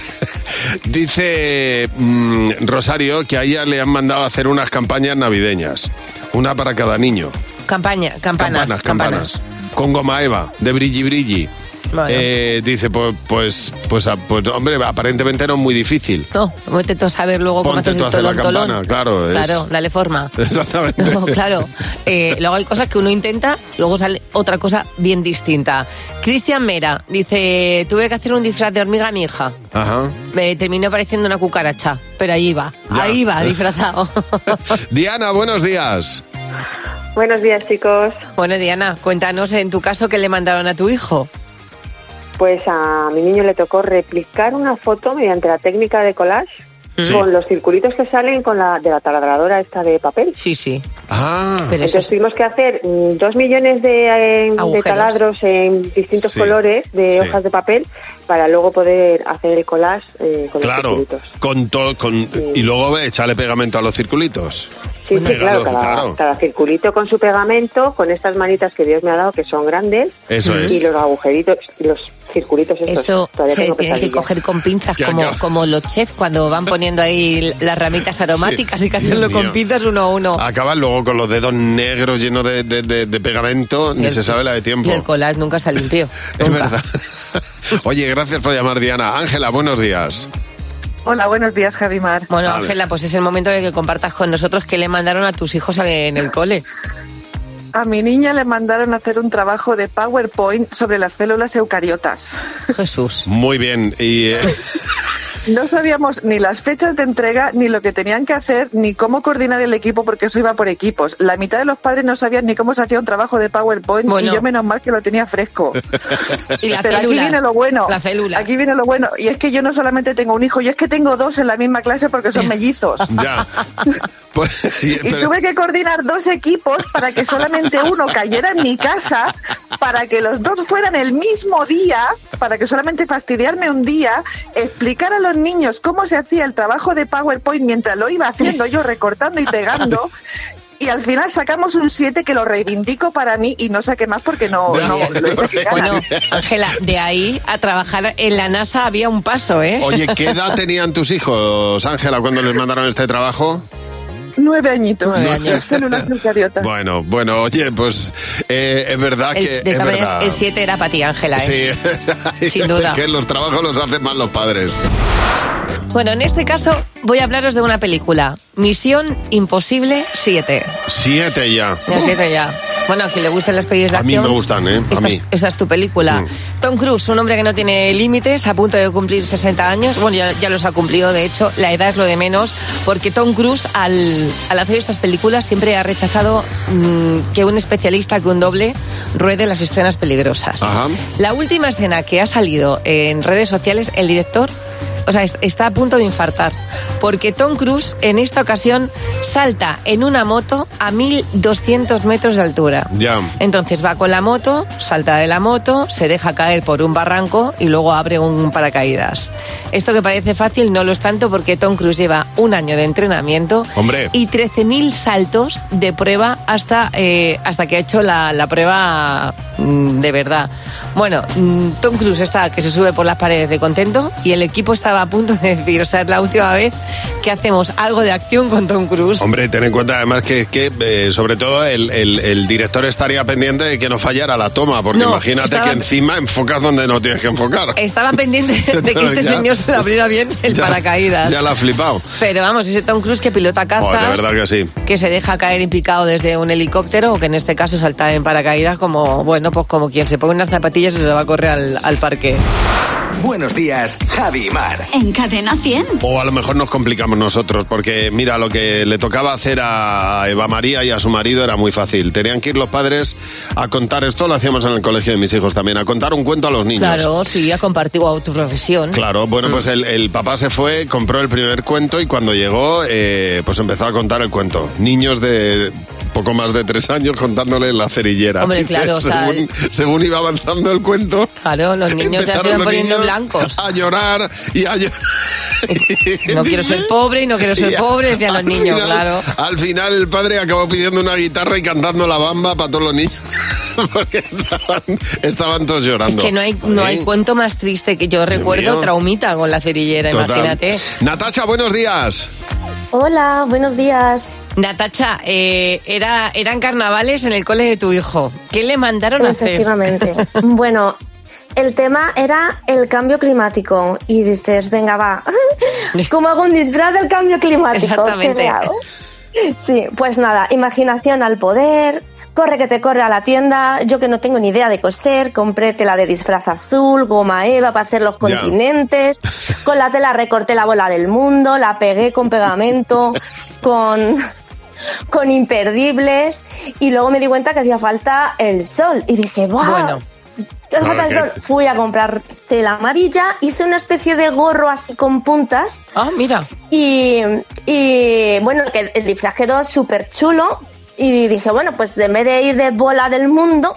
dice mm, Rosario que a ella le han mandado a hacer unas campañas navideñas. Una para cada niño. Campaña, campanas, Campanas, campanas. Con goma eva, de brilli brilli. Bueno. Eh, dice, pues, pues, pues, ah, pues, hombre, aparentemente no es muy difícil. No, vete tú a saber luego cómo Ponte haces tú a el hacer la tolón, tolón. campana, claro. es- Claro, dale forma. Exactamente. No, claro. Eh, luego hay cosas que uno intenta, luego sale otra cosa bien distinta. Cristian Mera dice, tuve que hacer un disfraz de hormiga a mi hija. Ajá. Me terminó pareciendo una cucaracha, pero ahí va, Ya. ahí va, disfrazado. Diana, buenos días. Buenos días, chicos. Bueno, Diana, cuéntanos en tu caso qué le mandaron a tu hijo. Pues a mi niño le tocó replicar una foto mediante la técnica de collage Sí. con los circulitos que salen con la de la taladradora esta de papel. Sí, sí. Ah, Pero eso Entonces es- tuvimos que hacer mm, dos millones de, eh, de Agujeros. taladros en distintos Sí. colores de Sí. hojas de papel para luego poder hacer el collage eh, con los claro. circulitos. Con todo, con, y luego echarle pegamento a los circulitos. Sí, sí, Pégalo, claro cada, claro. cada circulito con su pegamento, con estas manitas que Dios me ha dado, que son grandes, Eso y es. los agujeritos, y los circulitos estos. Eso Todavía se tengo tiene que pesadillas. coger con pinzas, Ya, como, ya. como los chefs cuando van poniendo ahí las ramitas aromáticas y que Dios hacerlo con mío. pinzas uno a uno. Acaban luego con los dedos negros llenos de, de- de- de pegamento, ni el- se sabe la de tiempo. Y el collage nunca está limpio. Es Nunca. verdad. Oye, gracias por llamar, Diana. Ángela, buenos días. Hola, buenos días, Javimar. Bueno, Vale. Ángela, pues es el momento de que compartas con nosotros qué le mandaron a tus hijos en el cole. A mi niña le mandaron a hacer un trabajo de PowerPoint sobre las células eucariotas. Jesús. Muy bien. Y, eh, No sabíamos ni las fechas de entrega, ni lo que tenían que hacer, ni cómo coordinar el equipo, porque eso iba por equipos. La mitad de los padres no sabían ni cómo se hacía un trabajo de PowerPoint, Bueno. y yo menos mal que lo tenía fresco. Y las Pero aquí células. viene lo bueno. La célula. Aquí viene lo bueno. Y es que yo no solamente tengo un hijo, yo es que tengo dos en la misma clase porque son mellizos. ya. Pues, sí, Y pero- tuve que coordinar dos equipos para que solamente uno cayera en mi casa, para que los dos fueran el mismo día, para que solamente fastidiarme un día, explicar a los niños cómo se hacía el trabajo de PowerPoint mientras lo iba haciendo yo, recortando y pegando. Y al final sacamos un siete que lo reivindico para mí y no saqué más porque no, no lo hice sin ganas. Bueno, Ángela, de ahí a trabajar en la NASA había un paso, ¿eh? Oye, ¿qué edad tenían tus hijos, Ángela, cuando les mandaron este trabajo? Nueve añitos. Nueve años. Las células eucariotas. Bueno, bueno, oye, pues eh, es verdad El- que... de es todas maneras, verdad. el siete era para ti, Ángela, ¿eh? Sí, Sin duda. que los trabajos los hacen más los padres. Bueno, en este caso voy a hablaros de una película. Misión Imposible siete. Siete ya. Ya siete ya. Bueno, a quien le gusten las películas de A mí acción... me gustan, ¿eh? A Esta, mí. es, esta es tu película. Mm. Tom Cruise, un hombre que no tiene límites, a punto de cumplir sesenta años. Bueno, ya, ya los ha cumplido, de hecho, la edad es lo de menos, porque Tom Cruise, al, al hacer estas películas, siempre ha rechazado mmm, que un especialista, que un doble, ruede las escenas peligrosas. Ajá. La última escena que ha salido en redes sociales, el director... O sea, est- está a punto de infartar, porque Tom Cruise en esta ocasión salta en una moto a mil doscientos metros de altura. Ya. Entonces va con la moto, salta de la moto, se deja caer por un barranco y luego abre un paracaídas. Esto que parece fácil no lo es tanto, porque Tom Cruise lleva un año de entrenamiento Hombre. y trece mil saltos de prueba hasta, eh, hasta que ha hecho la, la prueba mm, de verdad. Bueno, mm, Tom Cruise está que se sube por las paredes de contento y el equipo estaba a punto de decir, o sea, es la última vez que hacemos algo de acción con Tom Cruise. Hombre, ten en cuenta además que, que eh, sobre todo el, el- el director estaría pendiente de que no fallara la toma, porque No, imagínate estaba- que encima enfocas donde no tienes que enfocar. Estaba pendiente de que este Ya. señor se le abriera bien el Ya- paracaídas. Ya la ha flipado. Pero vamos, ese Tom Cruise que pilota cazas, Joder, de verdad que sí. que se deja caer y picado desde un helicóptero, o que en este caso salta en paracaídas como, bueno, pues como quien se pone unas zapatillas y se va a correr al, al parque. Buenos días, Javi y Mar. En Cadena cien. O a lo mejor nos complicamos nosotros, porque mira, lo que le tocaba hacer a Eva María y a su marido era muy fácil. Tenían que ir los padres a contar, esto lo hacíamos en el colegio de mis hijos también, a contar un cuento a los niños. Claro, sí, ha compartido tu profesión. Claro, bueno, pues el, el papá se fue, compró el primer cuento y cuando llegó, eh, pues empezó a contar el cuento. Niños de poco más de tres años contándole la cerillera. Hombre, claro, o sea, según, según iba avanzando el cuento. Claro, los niños ya se iban poniendo blancos. A llorar y a llorar. No quiero ser pobre y no quiero ser pobre, decían los niños, final, claro. Al final el padre acabó pidiendo una guitarra y cantando la bamba para todos los niños. Porque estaban, estaban todos llorando. Es que no hay, no ¿Eh? hay cuento más triste que yo recuerdo, mío. traumita con la cerillera, Total. imagínate. Natasha, buenos días. Hola, buenos días. Natacha, eh, era, eran carnavales en el cole de tu hijo. ¿Qué le mandaron a hacer? Efectivamente. Bueno, el tema era el cambio climático. Y dices, venga, va. ¿Cómo hago un disfraz del cambio climático? Exactamente. ¿Qué le hago? Sí, pues nada, imaginación al poder. Corre que te corre a la tienda. Yo que no tengo ni idea de coser, compré tela de disfraz azul, goma eva para hacer los continentes. Con la tela recorté la bola del mundo, la pegué con pegamento, con, con imperdibles. Y luego me di cuenta que hacía falta el sol. Y dije, ¡buah! Bueno. Hace falta el sol. Fui a comprar tela amarilla, hice una especie de gorro así con puntas. Ah, mira. Y, y bueno, que el disfraz quedó súper chulo. Y dije, bueno, pues en vez de ir de bola del mundo,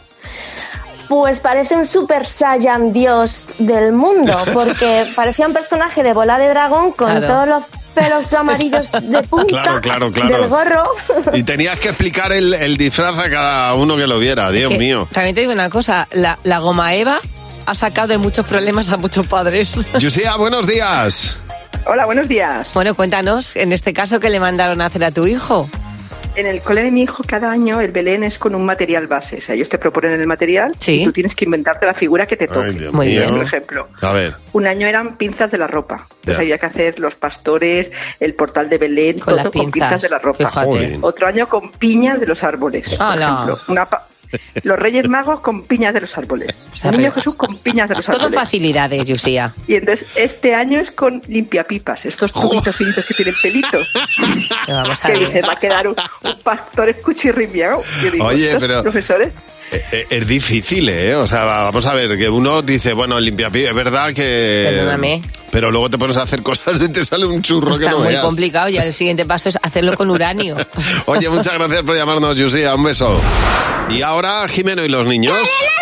pues parece un Super Saiyan Dios del mundo, porque parecía un personaje de bola de dragón con Claro. todos los pelos amarillos de punta Claro, claro, claro. del gorro. Y tenías que explicar el, el disfraz a cada uno que lo viera, Dios Que mío. También te digo una cosa, la, la goma eva ha sacado de muchos problemas a muchos padres. Yusia, buenos días. Hola, buenos días. Bueno, cuéntanos, en este caso, ¿qué le mandaron a hacer a tu hijo? En el cole de mi hijo cada año el Belén es con un material base. O sea, ellos te proponen el material Sí. y tú tienes que inventarte la figura que te toque. Ay, Dios Muy mío. bien. Por ejemplo, A ver. un año eran pinzas de la ropa. Entonces Ya. había que hacer los pastores, el portal de Belén, Con las todo con pinzas, pinzas de la ropa. fíjate. Joder. Otro año con piñas de los árboles. Por ¡Hala! ejemplo, una pa- los Reyes Magos con piñas de los árboles. sea, El niño pero- Jesús con piñas de los Todo árboles. facilidades, Yusia. Y entonces este año es con limpiapipas, estos tubitos finitos que tienen pelitos. Pero vamos a Que ver. dices, va a quedar un, un pastor escuchirrimbiado. Yo digo, Oye, estos pero- profesores... Eh, eh, Es difícil, ¿eh? O sea, va- vamos a ver, que uno dice, bueno, limpiapié, es verdad que... Perdóname. Pero luego te pones a hacer cosas y te sale un churro que Está no muy veas. complicado y el siguiente paso es hacerlo con uranio. Oye, muchas gracias por llamarnos, Yusia, un beso. Y ahora, Jimeno y los niños.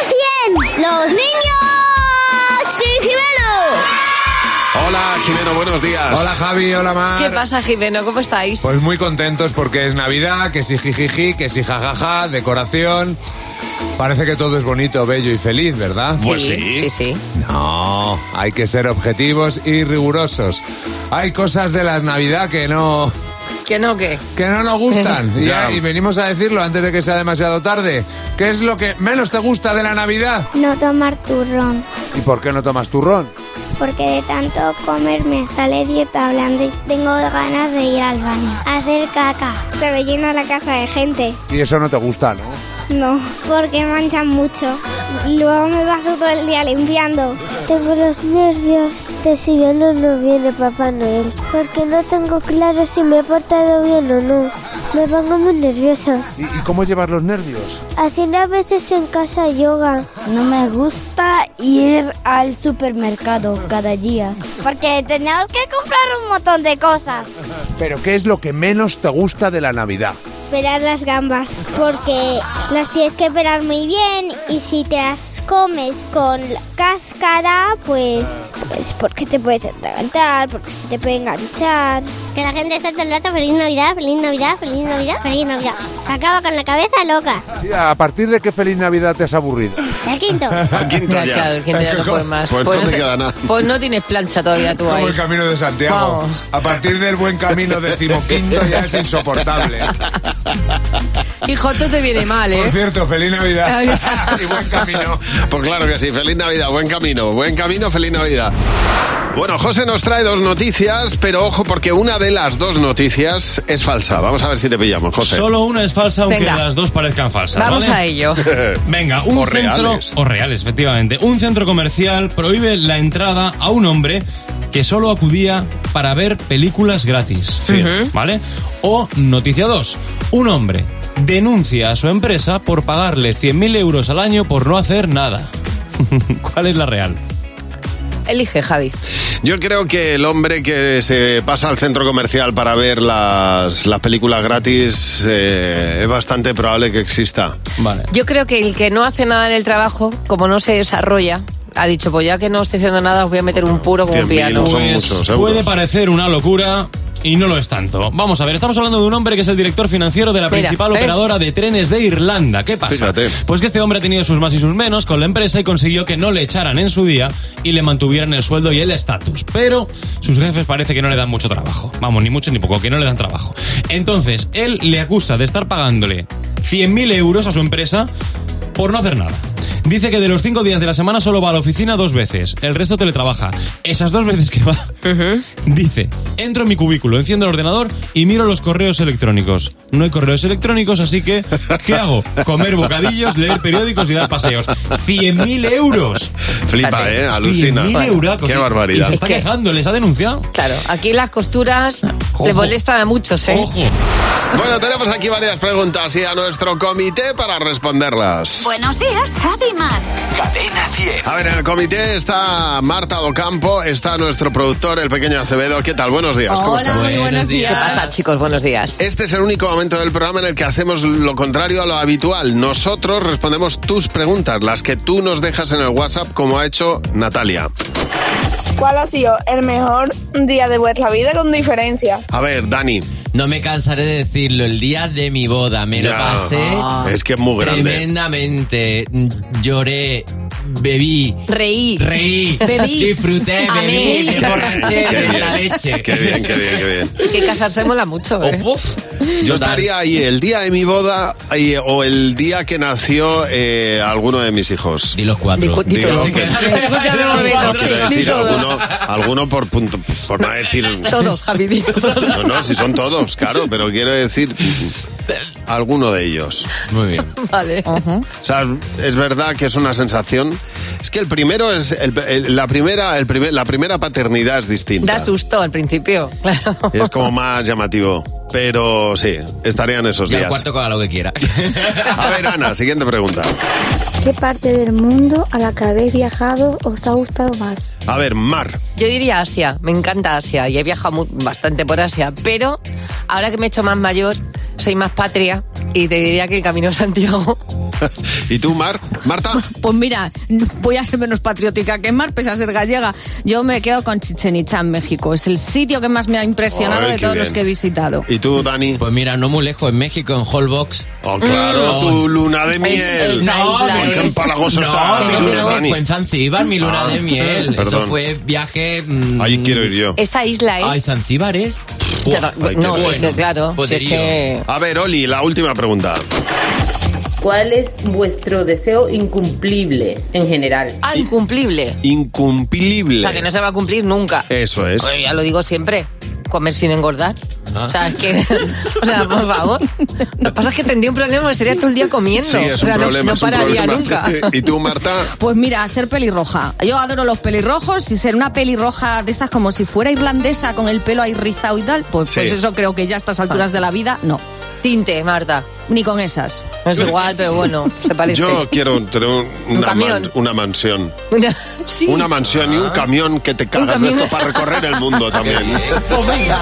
¡Los niños! ¡Sí, Jimeno! Hola, Jimeno, buenos días. Hola Javi, hola Mar. ¿Qué pasa, Jimeno? ¿Cómo estáis? Pues muy contentos porque es Navidad, que sí jijiji, que sí jajaja, decoración. Parece que todo es bonito, bello y feliz, ¿verdad? Pues sí. Sí, sí. No, hay que ser objetivos y rigurosos. Hay cosas de la Navidad que no... ¿Que no qué? que no nos gustan. y, Ya. y venimos a decirlo antes de que sea demasiado tarde. ¿Qué es lo que menos te gusta de la Navidad? No tomar turrón, ¿Y por qué no tomas turrón? porque de tanto comer me sale dieta blanda y tengo ganas de ir al baño. A hacer caca. Se me llena la casa de gente. Y eso no te gusta, ¿no? No, porque manchan mucho. Luego me paso todo el día limpiando. Tengo los nervios de si viene o no viene Papá Noel. Porque no tengo claro si me he portado bien o no. Me pongo muy nerviosa. ¿Y, y cómo llevas los nervios? Haciendo a veces en casa yoga. No me gusta ir al supermercado cada día. Porque tenemos que comprar un montón de cosas. ¿Pero qué es lo que menos te gusta de la Navidad? Pelar las gambas, porque las tienes que pelar muy bien y si te las comes con la cáscara, pues, pues porque te puedes atragantar, porque se te puede enganchar. Que la gente está todo el rato feliz Navidad, feliz Navidad, feliz Navidad, feliz Navidad. Acaba con la cabeza loca. Sí, ¿a partir de qué feliz Navidad te has aburrido? El quinto. Al quinto Ya, ya. claro, el quinto ya no puede más. Pues no te queda nada. Pues no tienes plancha todavía tú Como ahí. el camino de Santiago. Vamos. A partir del buen camino decimoquinto ya es insoportable. Hijo, esto te viene mal, Por ¿eh? cierto, feliz Navidad y buen camino. Pues claro que sí, feliz Navidad, buen camino, buen camino, feliz Navidad. Bueno, José nos trae dos noticias, pero ojo porque una de las dos noticias es falsa. Vamos a ver si te pillamos, José. Solo una es falsa, aunque Venga. las dos parezcan falsas. Vamos ¿vale? a ello. Venga, un O centro... reales. O reales, efectivamente. Un centro comercial prohíbe la entrada a un hombre que solo acudía para ver películas gratis. Sí. Ujú. ¿Vale? O noticia dos. Un hombre denuncia a su empresa por pagarle cien mil euros al año por no hacer nada. ¿Cuál es la real? Elige, Javi. Yo creo que el hombre que se pasa al centro comercial para ver las, las películas gratis eh, es bastante probable que exista. Vale. Yo creo que el que no hace nada en el trabajo, como no se desarrolla, ha dicho, pues ya que no estoy haciendo nada, os voy a meter un puro como un piano. Pues muchos, puede parecer una locura... Y no lo es tanto. Vamos a ver, estamos hablando de un hombre que es el director financiero de la Mira, principal ¿eh? operadora de trenes de Irlanda. ¿Qué pasa? Fíjate. Pues que este hombre ha tenido sus más y sus menos con la empresa y consiguió que no le echaran en su día y le mantuvieran el sueldo y el estatus. Pero sus jefes parece que no le dan mucho trabajo. Vamos, ni mucho ni poco, que no le dan trabajo. Entonces, él le acusa de estar pagándole cien mil euros a su empresa por no hacer nada. Dice que de los cinco días de la semana solo va a la oficina dos veces. El resto teletrabaja. Esas dos veces que va, uh-huh. dice, entro en mi cubículo, enciendo el ordenador y miro los correos electrónicos. No hay correos electrónicos, así que, ¿qué hago? Comer bocadillos, leer periódicos y dar paseos. ¡cien mil euros! Flipa, ¿eh? Alucina. cien mil euros. Qué barbaridad. Y se está quejando, ¿les ha denunciado? Claro, aquí las costuras Ojo. le molestan a muchos, ¿eh? Ojo. Bueno, tenemos aquí varias preguntas y a nuestro comité para responderlas. Buenos días, Javi y Mar. Cadena cien. A ver, en el comité está Marta Docampo, está nuestro productor, el pequeño Acevedo. ¿Qué tal? Buenos días. ¿Cómo Hola, estás? muy buenos días. ¿Qué pasa, chicos? Buenos días. Este es el único momento del programa en el que hacemos lo contrario a lo habitual. Nosotros respondemos tus preguntas, las que tú nos dejas en el WhatsApp, como ha hecho Natalia. ¿Cuál ha sido el mejor día de vuestra vida con diferencia? A ver, Dani. No me cansaré de decirlo, el día de mi boda me Ya. lo pasé Ah, es que es muy grande. tremendamente. Lloré, bebí, Reí. reí, Bebí. disfruté, Amé. bebí, me emborraché Qué de bien. la leche. Qué bien, qué bien, qué bien. Que casarse mola mucho, ¿eh? Oh, uf. Yo Total. estaría ahí el día de mi boda y- o el día que nació eh, alguno de mis hijos. Y los cuatro. Di- di Digo todo. que- Escúchame un momento. Quiero Di decir todo. alguno, alguno por punto, por no decir. Todos, Javi, di todos. No, no, si son todos, claro, pero quiero decir alguno de ellos. Muy bien. Vale. O sea, es verdad que es una sensación. Es que el primero es el- el- la primera, el primer, la primera paternidad es distinta. Da susto al principio, claro. Es como más llamativo. Pero sí, estarían esos Y al días. cuarto que haga lo que quiera. A ver, Ana, siguiente pregunta. ¿Qué parte del mundo a la que habéis viajado os ha gustado más? A ver, Mar. Yo diría Asia, me encanta Asia y he viajado mu- bastante por Asia, pero ahora que me he hecho más mayor, soy más patria y te diría que el Camino de Santiago. ¿Y tú, Mar? ¿Marta? Pues mira, voy a ser menos patriótica que Mar, pese a ser gallega. Yo me quedo con Chichen Itza en México. Es el sitio que más me ha impresionado Ay, de qué todos bien. los que he visitado. ¿Y tú, Dani? Pues mira, no muy lejos, en México, en Holbox. Oh, claro, Mm. tu luna de miel. es esa No, isla, Ay, qué es- empalagoso No, está no, mi luna, no, Dani. fue en Zanzíbar, mi luna Ah, de miel. perdón. Eso fue viaje... mm, Ahí quiero ir yo. Esa isla es... Ay, Zanzíbar es... Te- Buah, ay, no, qué sí, bueno. claro. si es Poderío. que- A ver, Oli, la última pregunta. ¿Cuál es vuestro deseo incumplible en general? Ah, incumplible. Incumplible. O sea, que no se va a cumplir nunca. Eso es. Pues ya lo digo siempre. Comer sin engordar. Ah. O sea, es que... O sea, por favor. Lo que pasa es que tendría un problema porque estaría todo el día comiendo. Sí, es o sea, un no- problema, no, es un pararía problema. nunca. ¿Y tú, Marta? Pues mira, ser pelirroja. Yo adoro los pelirrojos y ser una pelirroja de estas como si fuera irlandesa con el pelo ahí rizado y tal, pues, Sí. pues eso creo que ya a estas alturas de la vida, no. Tinte, Marta. Ni con esas. Es igual, pero bueno, se parece. Yo quiero tener un- Un una, camión. man- una mansión. Sí. Una mansión y un camión que te cagas de camión. esto para recorrer el mundo también. Pues venga.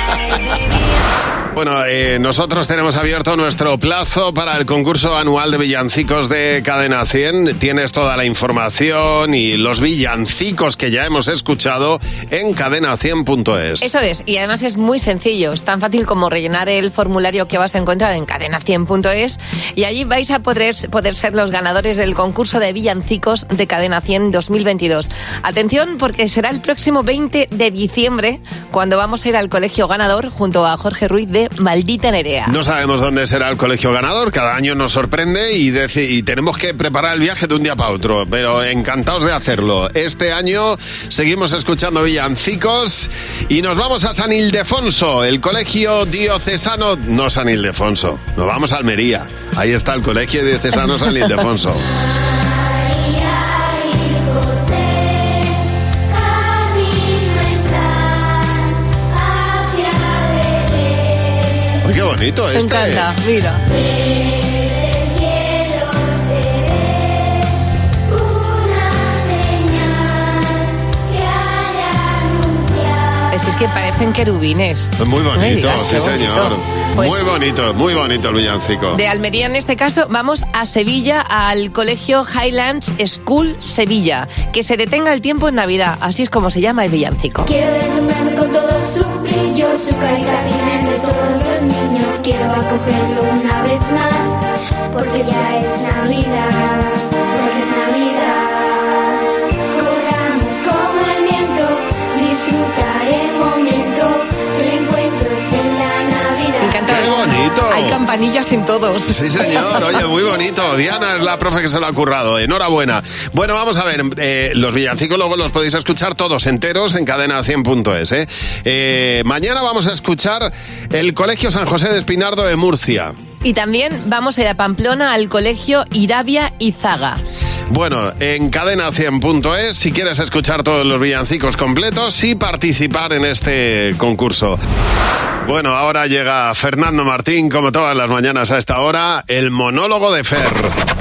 Bueno, eh, nosotros tenemos abierto nuestro plazo para el concurso anual de villancicos de Cadena cien. Tienes toda la información y los villancicos que ya hemos escuchado en cadena cien punto es. Eso es, y además es muy sencillo, es tan fácil como rellenar el formulario que vas a encontrar en cadena cien punto es y allí vais a poder, poder ser los ganadores del concurso de villancicos de Cadena cien dos mil veintidós. Atención, porque será el próximo veinte de diciembre cuando vamos a ir al colegio ganador junto a Jorge Ruiz de Maldita Nerea. No sabemos dónde será el colegio ganador, cada año nos sorprende y, deci- y tenemos que preparar el viaje de un día para otro, pero encantados de hacerlo. Este año seguimos escuchando villancicos y nos vamos a San Ildefonso, el colegio diocesano, no San Ildefonso, nos vamos a Almería, ahí está el colegio diocesano San Ildefonso. Uy, qué bonito Me este. encanta, mira. que parecen querubines. Muy bonito, digas, sí qué señor. bonito. Pues, muy bonito, muy bonito el villancico. De Almería en este caso vamos a Sevilla, al colegio Highlands School Sevilla. Que se detenga el tiempo en Navidad, así es como se llama el villancico. Quiero deslumbrarme con todo su brillo, su carita fina entre todos los niños. Quiero acogerlo una vez más, porque ya es Navidad, porque es Navidad. Corramos como el viento, disfrutar el momento, reencuentros en la Navidad. Me encanta. ¡Qué bonito! Hay campanillas en todos. Sí, señor. Oye, muy bonito. Diana es la profe que se lo ha currado. Enhorabuena. Bueno, vamos a ver. Eh, los villancicos luego los podéis escuchar todos enteros en cadena cien punto es. ¿eh? Eh, mañana vamos a escuchar el Colegio San José de Espinardo de Murcia. Y también vamos a ir a Pamplona al colegio Irabia Izaga. Bueno, en cadena cien punto es, si quieres escuchar todos los villancicos completos y participar en este concurso. Bueno, ahora llega Fernando Martín, como todas las mañanas a esta hora, el monólogo de Fer.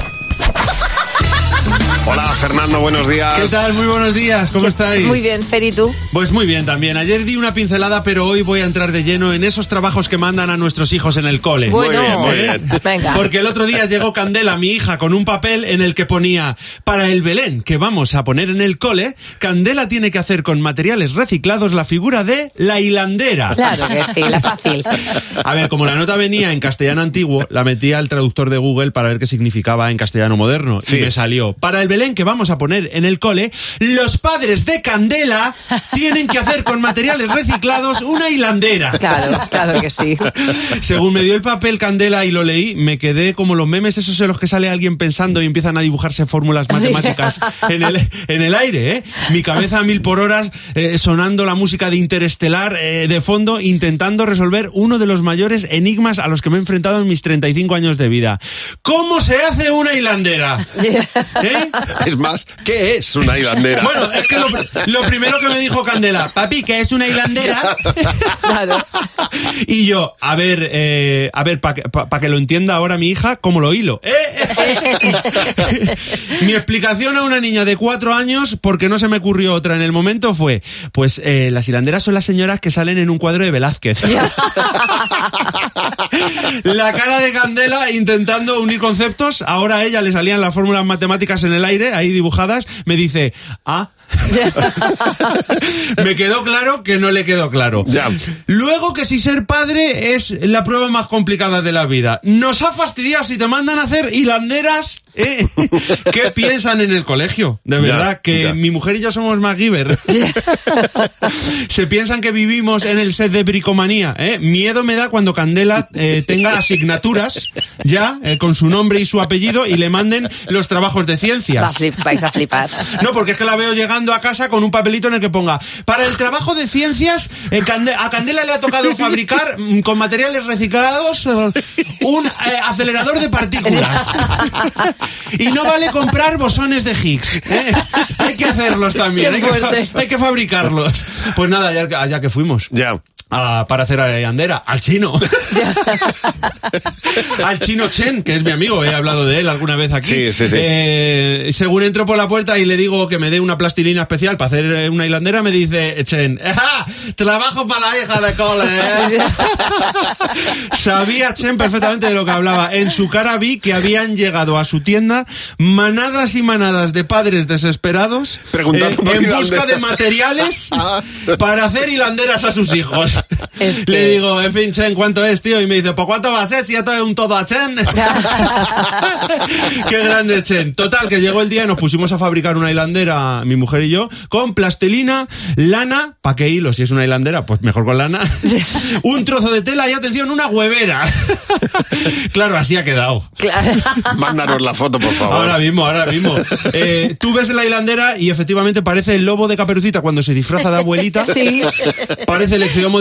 Hola, Fernando, buenos días. ¿Qué tal? Muy buenos días, ¿cómo estáis? Muy bien, Fer, ¿y tú? Pues muy bien también. Ayer di una pincelada, pero hoy voy a entrar de lleno en esos trabajos que mandan a nuestros hijos en el cole. Bueno, muy bien, muy bien. Venga. Porque el otro día llegó Candela, mi hija, con un papel en el que ponía: para el Belén que vamos a poner en el cole, Candela tiene que hacer con materiales reciclados la figura de la hilandera. Claro que sí, la fácil. A ver, como la nota venía en castellano antiguo, la metí al traductor de Google para ver qué significaba en castellano moderno. Sí. Y me salió: para el Belén que vamos a poner en el cole, los padres de Candela tienen que hacer con materiales reciclados una hilandera. Claro, claro que sí. Según me dio el papel Candela y lo leí, me quedé como los memes esos en los que sale alguien pensando y empiezan a dibujarse fórmulas matemáticas sí. en, el, en el aire, ¿eh? Mi cabeza a mil por horas, eh, sonando la música de Interestelar eh, de fondo, intentando resolver uno de los mayores enigmas a los que me he enfrentado en mis treinta y cinco años de vida. ¿Cómo se hace una hilandera? ¿Eh? Es más, ¿qué es una hilandera? Bueno, es que lo, lo primero que me dijo Candela: papi, ¿qué es una hilandera? Claro. Y yo, a ver, eh, a ver, para pa, pa que lo entienda ahora mi hija, ¿cómo lo hilo? ¿Eh? Mi explicación a una niña de cuatro años, porque no se me ocurrió otra en el momento, fue: pues eh, las hilanderas son las señoras que salen en un cuadro de Velázquez. La cara de Candela intentando unir conceptos, ahora a ella le salían las fórmulas matemáticas en el aire, ahí dibujadas, me dice: ah. Me quedó claro que no le quedó claro. Ya. Luego que si ser padre es la prueba más complicada de la vida. Nos ha fastidiado si te mandan a hacer hilanderas. ¿Eh? ¿Qué piensan en el colegio? De verdad, ya, que ya. Mi mujer y yo somos MacGyver. Se piensan que vivimos en el set de bricomanía. ¿eh? Miedo me da cuando Candela eh, tenga asignaturas ya eh, con su nombre y su apellido y le manden los trabajos de ciencias. Va a flip, vais a flipar. No, porque es que la veo llegando a casa con un papelito en el que ponga: para el trabajo de ciencias, eh, Cande- a Candela le ha tocado fabricar mm, con materiales reciclados uh, un eh, acelerador de partículas. Y no vale comprar bosones de Higgs. ¿eh? Hay que hacerlos también. Hay que, hay que fabricarlos. Pues nada, allá, allá que fuimos. Ya. A, para hacer a la hilandera, al chino. Al chino Chen, que es mi amigo, he hablado de él alguna vez aquí. Sí, sí, sí. Eh, según entro por la puerta y le digo que me dé una plastilina especial para hacer una hilandera, me dice Chen: ¡ah! Trabajo para la hija de cole, ¿eh? Sabía Chen perfectamente de lo que hablaba. En su cara vi que habían llegado a su tienda manadas y manadas de padres desesperados eh, en busca de materiales para hacer hilanderas a sus hijos. Es que... Le digo: en fin, Chen, ¿cuánto es, tío? Y me dice: ¿por cuánto va a ser si ya todo un todo a Chen? Qué grande Chen. Total, que llegó el día y nos pusimos a fabricar una hilandera, mi mujer y yo, con plastilina, lana, ¿para qué hilo? Si es una hilandera, pues mejor con lana. Un trozo de tela y, atención, una huevera. Claro, así ha quedado. Claro. Mándanos la foto, por favor. Ahora mismo, ahora mismo. Eh, tú ves la hilandera y efectivamente parece el lobo de Caperucita cuando se disfraza de abuelita. Sí. Parece el extremo de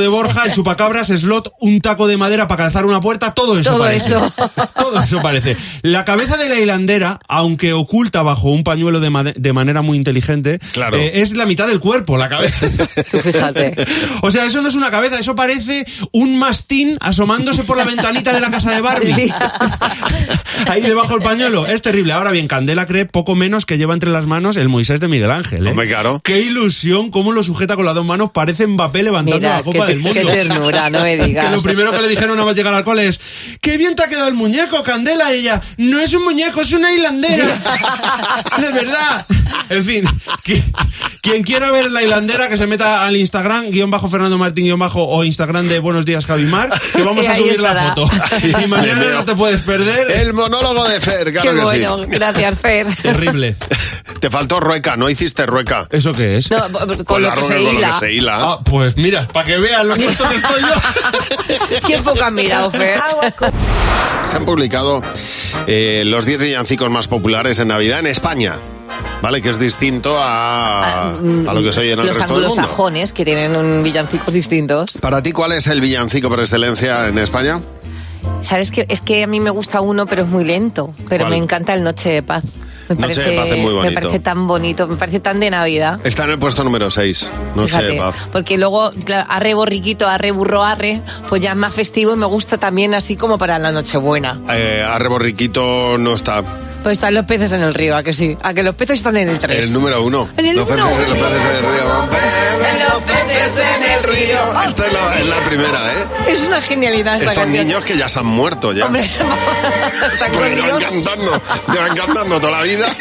Borja, el chupacabras, slot, un taco de madera para calzar una puerta, todo eso Todo parece. eso. Todo eso parece. La cabeza de la hilandera, aunque oculta bajo un pañuelo de, made- de manera muy inteligente, Claro. eh, es la mitad del cuerpo, la cabeza. Tú fíjate. O sea, eso no es una cabeza, eso parece un mastín asomándose por la ventanita de la casa de Barbie. Sí. Ahí debajo del pañuelo. Es terrible. Ahora bien, Candela cree poco menos que lleva entre las manos el Moisés de Miguel Ángel. ¿eh? Hombre, claro. Qué ilusión, cómo lo sujeta con las dos manos. Parece Mbappé levantando Mira, la Copa qué- del Mundo. qué ternura, no me digas. Que lo primero que le dijeron a llegar al cole es: ¡qué bien te ha quedado el muñeco, Candela! Y ella: no es un muñeco, es una hilandera. De verdad. En fin, qui- quien quiera ver la hilandera, que se meta al Instagram, guión bajo Fernando Martín, guión bajo, o Instagram de Buenos Días Javimar, que vamos Y a ahí subir la estará. foto. Y mañana no te puedes perder. El monólogo de Fer, claro Qué que bueno, sí. gracias, Fer. Terrible. Te faltó rueca, no hiciste rueca. ¿Eso qué es? No, con, lo la que rueca, se con hila. lo que se hila. Ah, pues mira, para que vean lo puesto que estoy yo. Qué poco han mirado, Fer. Se han publicado eh, los diez villancicos más populares en Navidad en España. ¿Vale? Que es distinto a, a lo que se oye en el Los resto del mundo. anglosajones, que tienen un villancicos distintos. Para ti, ¿cuál es el villancico por excelencia en España? ¿Sabes qué? Es que a mí me gusta uno, pero es muy lento. Pero ¿Cuál? me encanta el Noche de Paz. Me Noche parece, de Paz es muy Me bonito. parece tan bonito, me parece tan de Navidad. Está en el puesto número seis, Noche Fíjate, de Paz. porque luego, claro, arre borriquito, arre burro, arre, pues ya es más festivo y me gusta también así como para la Nochebuena. Eh, Arre Borriquito no está. Pues están los peces en el río, ¿a que sí? ¿A que los peces están en el tres? El número uno. ¿En el los uno? Peces, los peces en el río. Beben los peces en el río. Esta es la, es la primera, ¿eh? Es una genialidad esta Estos canción. niños que ya se han muerto ya. Hombre, están Porque llevan corridos. cantando, llevan cantando toda la vida.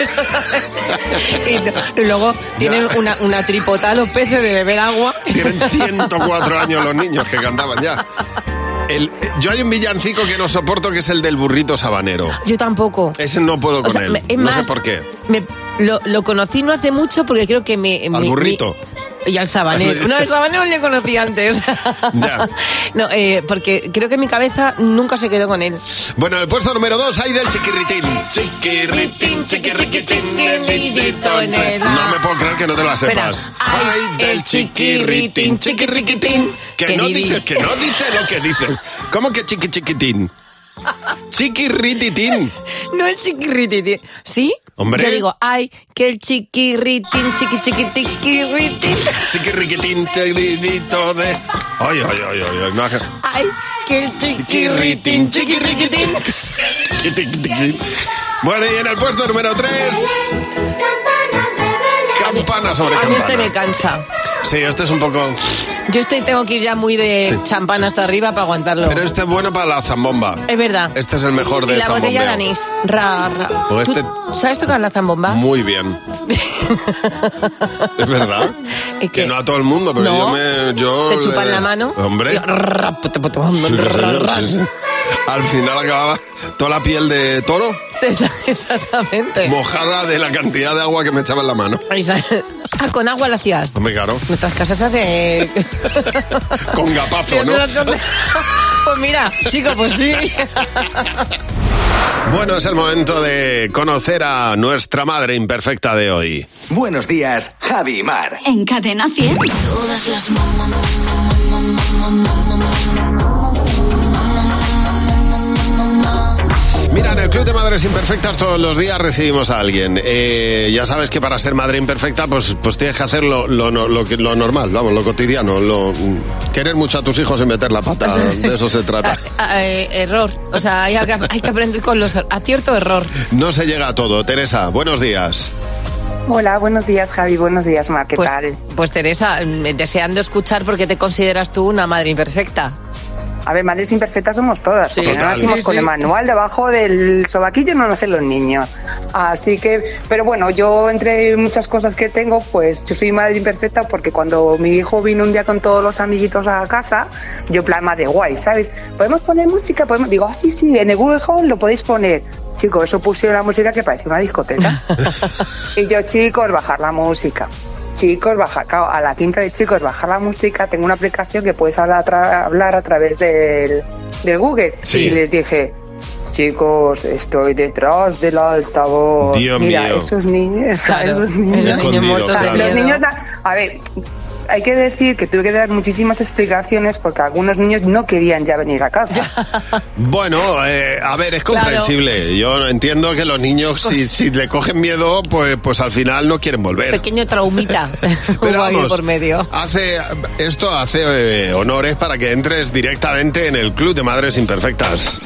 Y, y luego tienen una, una tripota los peces de beber agua. Tienen ciento cuatro años los niños que cantaban ya. El, yo hay un villancico que no soporto, que es el del burrito sabanero. Yo tampoco. Ese no puedo con O sea, él. me- es no más, sé por qué. Me- lo, lo conocí no hace mucho porque creo que me... Al mi- burrito. mi- y al sabanero. No, al sabanero le conocí antes. Ya. No, eh, porque creo que mi cabeza nunca se quedó con él. Bueno, en el puesto número dos hay del chiquirritín. Chiquirritín, chiquirritín, dedito en el- No me puedo creer que no te lo Espera. sepas. Ay, del chiquirritín, chiquirritín. Que no Queridi. dice, que no dice lo que dicen. ¿Cómo que chiqui chiquitín? Chiquirrititín. No el chiquirritín. ¿Sí? Hombre. Yo digo, ay, que el chiquirritín, chiqui chiquitiquirritín. Chiquirriquitín, chiquirritito de... Ay, ay, ay, ay, ay. No, Ay, que el chiquirritín, chiquirriquitín. bueno, y en el puesto número tres... Campana sobre A mí campana. este me cansa. Sí, este es un poco... Yo este tengo que ir ya muy de Sí. champán hasta arriba para aguantarlo. Pero este es bueno para la zambomba. Es verdad. Este es el mejor de Y la botella de zambombeo. anís. Ra, ra. O ¿Tú este- ¿Sabes tocar la zambomba? Muy bien. Es verdad. Es Que no a todo el mundo, pero No. yo me... Yo Te chupan le- la mano. Hombre. Y ra, pu- pu- pu- Sí, ra, señor, ra. sí, sí. Al final acababa toda la piel de toro Esa- Exactamente. mojada de la cantidad de agua que me echaba en la mano. Esa- Ah, con agua la hacías. Hombre, claro. Nuestras casas se hace... Con gapazo, ¿no? Pues mira, chico, pues sí. Bueno, es el momento de conocer a nuestra madre imperfecta de hoy. Buenos días, Javi y Mar. En Cadena cien. Todas las Mira, en el Club de Madres Imperfectas todos los días recibimos a alguien. Eh, ya sabes que para ser madre imperfecta, pues, pues tienes que hacer lo, lo, lo, lo que- lo normal, vamos, lo cotidiano. Lo, querer mucho a tus hijos y meter la pata, de eso se trata. Ah, eh, error. O sea, hay que, hay que aprender con los... er- Acierto, error. No se llega a todo. Teresa, buenos días. Hola, buenos días Javi, buenos días Mar, ¿qué Pues, tal? pues Teresa, mm, deseando escuchar por qué te consideras tú una madre imperfecta. A ver, madres imperfectas somos todas, Sí, porque no total. nacimos Sí, con sí. el manual debajo del sobaquillo, no nacen los niños. Así que, pero bueno, yo entre muchas cosas que tengo, pues yo soy madre imperfecta porque cuando mi hijo vino un día con todos los amiguitos a casa, yo plan madre guay, ¿sabes? ¿Podemos poner música? ¿Podemos? Digo, ah, sí, sí, en el Google Home lo podéis poner. Chicos, eso pusieron la música que parecía una discoteca. Y yo, chicos, bajar la música. Chicos, bajar, claro, a la quinta de chicos, bajar la música, tengo una aplicación que puedes hablar a, tra- hablar a través del, del Google. Sí. Y les dije, chicos, estoy detrás del altavoz. Dios Mira, mío. esos niños, Claro, esos niños, esos niños muertos O sea, de los miedo. niños, da- a ver, hay que decir que tuve que dar muchísimas explicaciones porque algunos niños no querían ya venir a casa. Bueno, eh, a ver, es comprensible. Claro. Yo entiendo que los niños, si, si le cogen miedo, pues, pues al final no quieren volver. Pequeño traumita. Pero vamos, por medio. Hace, esto hace eh, honores para que entres directamente en el Club de Madres Imperfectas.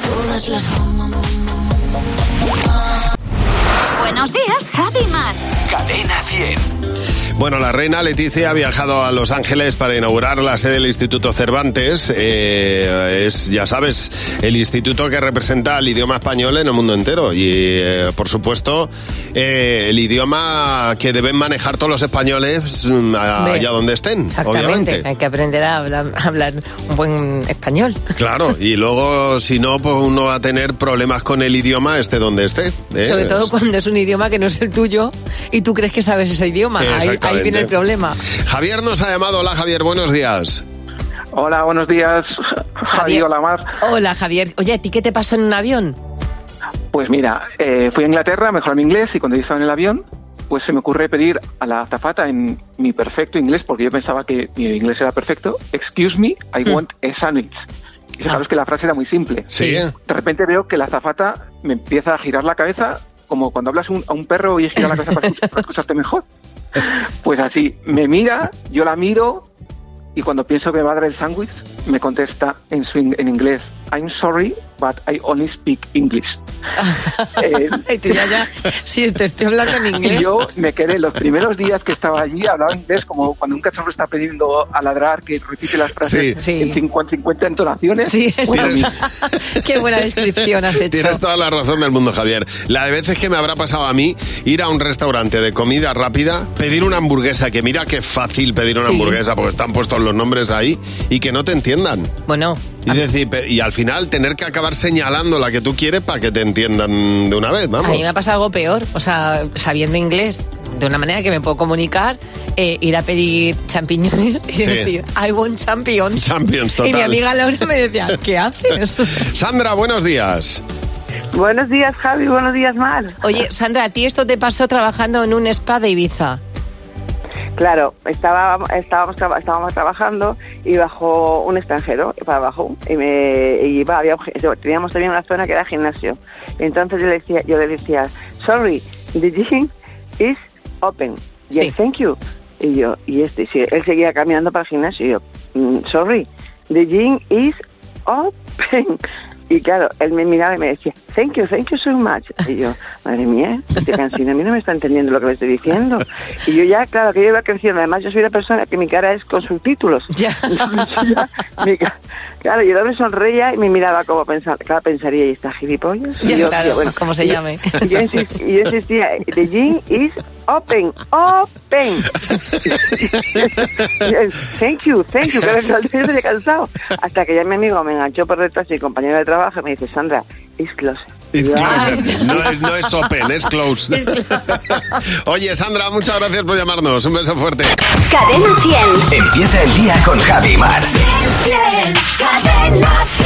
Buenos días, Javi y Mar. Cadena cien. Bueno, la reina Leticia ha viajado a Los Ángeles para inaugurar la sede del Instituto Cervantes. Eh, es, ya sabes, el instituto que representa el idioma español en el mundo entero. Y, eh, por supuesto, eh, el idioma que deben manejar todos los españoles a, allá donde estén, exactamente, obviamente. Hay que aprender a hablar, a hablar un buen español. Claro, y luego, si no, pues uno va a tener problemas con el idioma esté donde esté. ¿eh? Sobre todo cuando es un idioma que no es el tuyo y tú crees que sabes ese idioma. Ahí, ahí viene el problema. Javier nos ha llamado. Hola, Javier, buenos días. Hola, buenos días. Javi, hola, Mar. Hola, Javier. Oye, ¿a ti qué te pasó en un avión? Pues mira, eh, fui a Inglaterra a mejorar mi inglés y cuando yo estaba en el avión, pues se me ocurre pedir a la azafata en mi perfecto inglés, porque yo pensaba que mi inglés era perfecto, excuse me, I want a sandwich. Y fijaros que la frase era muy simple. Sí. De repente veo que la azafata me empieza a girar la cabeza, como cuando hablas un, a un perro y gira la cabeza para, para escucharte mejor. Pues así, me mira, yo la miro y cuando pienso que me va a dar el sándwich, me contesta en, su, en inglés, I'm sorry, but I only speak English. eh, ya, ya. Sí, te estoy hablando en inglés. Y yo me quedé los primeros días que estaba allí, hablaba inglés como cuando un cachorro está aprendiendo a ladrar, que repite las frases sí. en cincuenta, cincuenta entonaciones. Sí, bueno, sí. Qué buena descripción has hecho. Tienes toda la razón del mundo, Javier. La de veces que me habrá pasado a mí ir a un restaurante de comida rápida, pedir una hamburguesa, que mira qué fácil pedir una sí. hamburguesa porque están puestos los nombres ahí, y que no te entiendan. Bueno. Y, decir, y al final tener que acabar señalando la que tú quieres para que te entiendan de una vez, vamos. A mí me ha pasado algo peor, o sea, sabiendo inglés de una manera que me puedo comunicar, eh, ir a pedir champiñones y sí. decir, I want champions. Champions, total. Y mi amiga Laura me decía, ¿qué haces? Sandra, buenos días. Buenos días, Javi, buenos días, Mar. Oye, Sandra, ¿a ti esto te pasó trabajando en un spa de Ibiza? Claro, estaba, estábamos, estábamos trabajando y bajó un extranjero para abajo y me y iba, había, teníamos también una zona que era gimnasio. Entonces yo le decía, yo le decía, sorry, the gym is open. Yes, sí. Thank you. Y yo, y este, sí, él seguía caminando para el gimnasio y yo, mm, sorry, the gym is open. Y claro, él me miraba y me decía, thank you, thank you so much. Y yo, madre mía, este cansino a mí no me está entendiendo lo que le estoy diciendo. Y yo ya, claro, que yo iba creciendo. Además, yo soy una persona que mi cara es con subtítulos. Ya. ya mi, claro, yo me sonreía y me miraba como pensar, claro, pensaría, ¿y está gilipollas? Ya, y yo, claro, yo, bueno, como se y, llame. Y yo, insist, y yo insistía, the gym is open, open. Thank you, thank you, que yo estoy cansado. Hasta que ya mi amigo me enganchó por detrás y compañero de trabajo y me dice, Sandra, it's closed. It's closed. No, es, no es open, es closed. Oye, Sandra, muchas gracias por llamarnos. Un beso fuerte. Cadena cien. Empieza el día con Javi Mar. cien, cien, Cadena cien.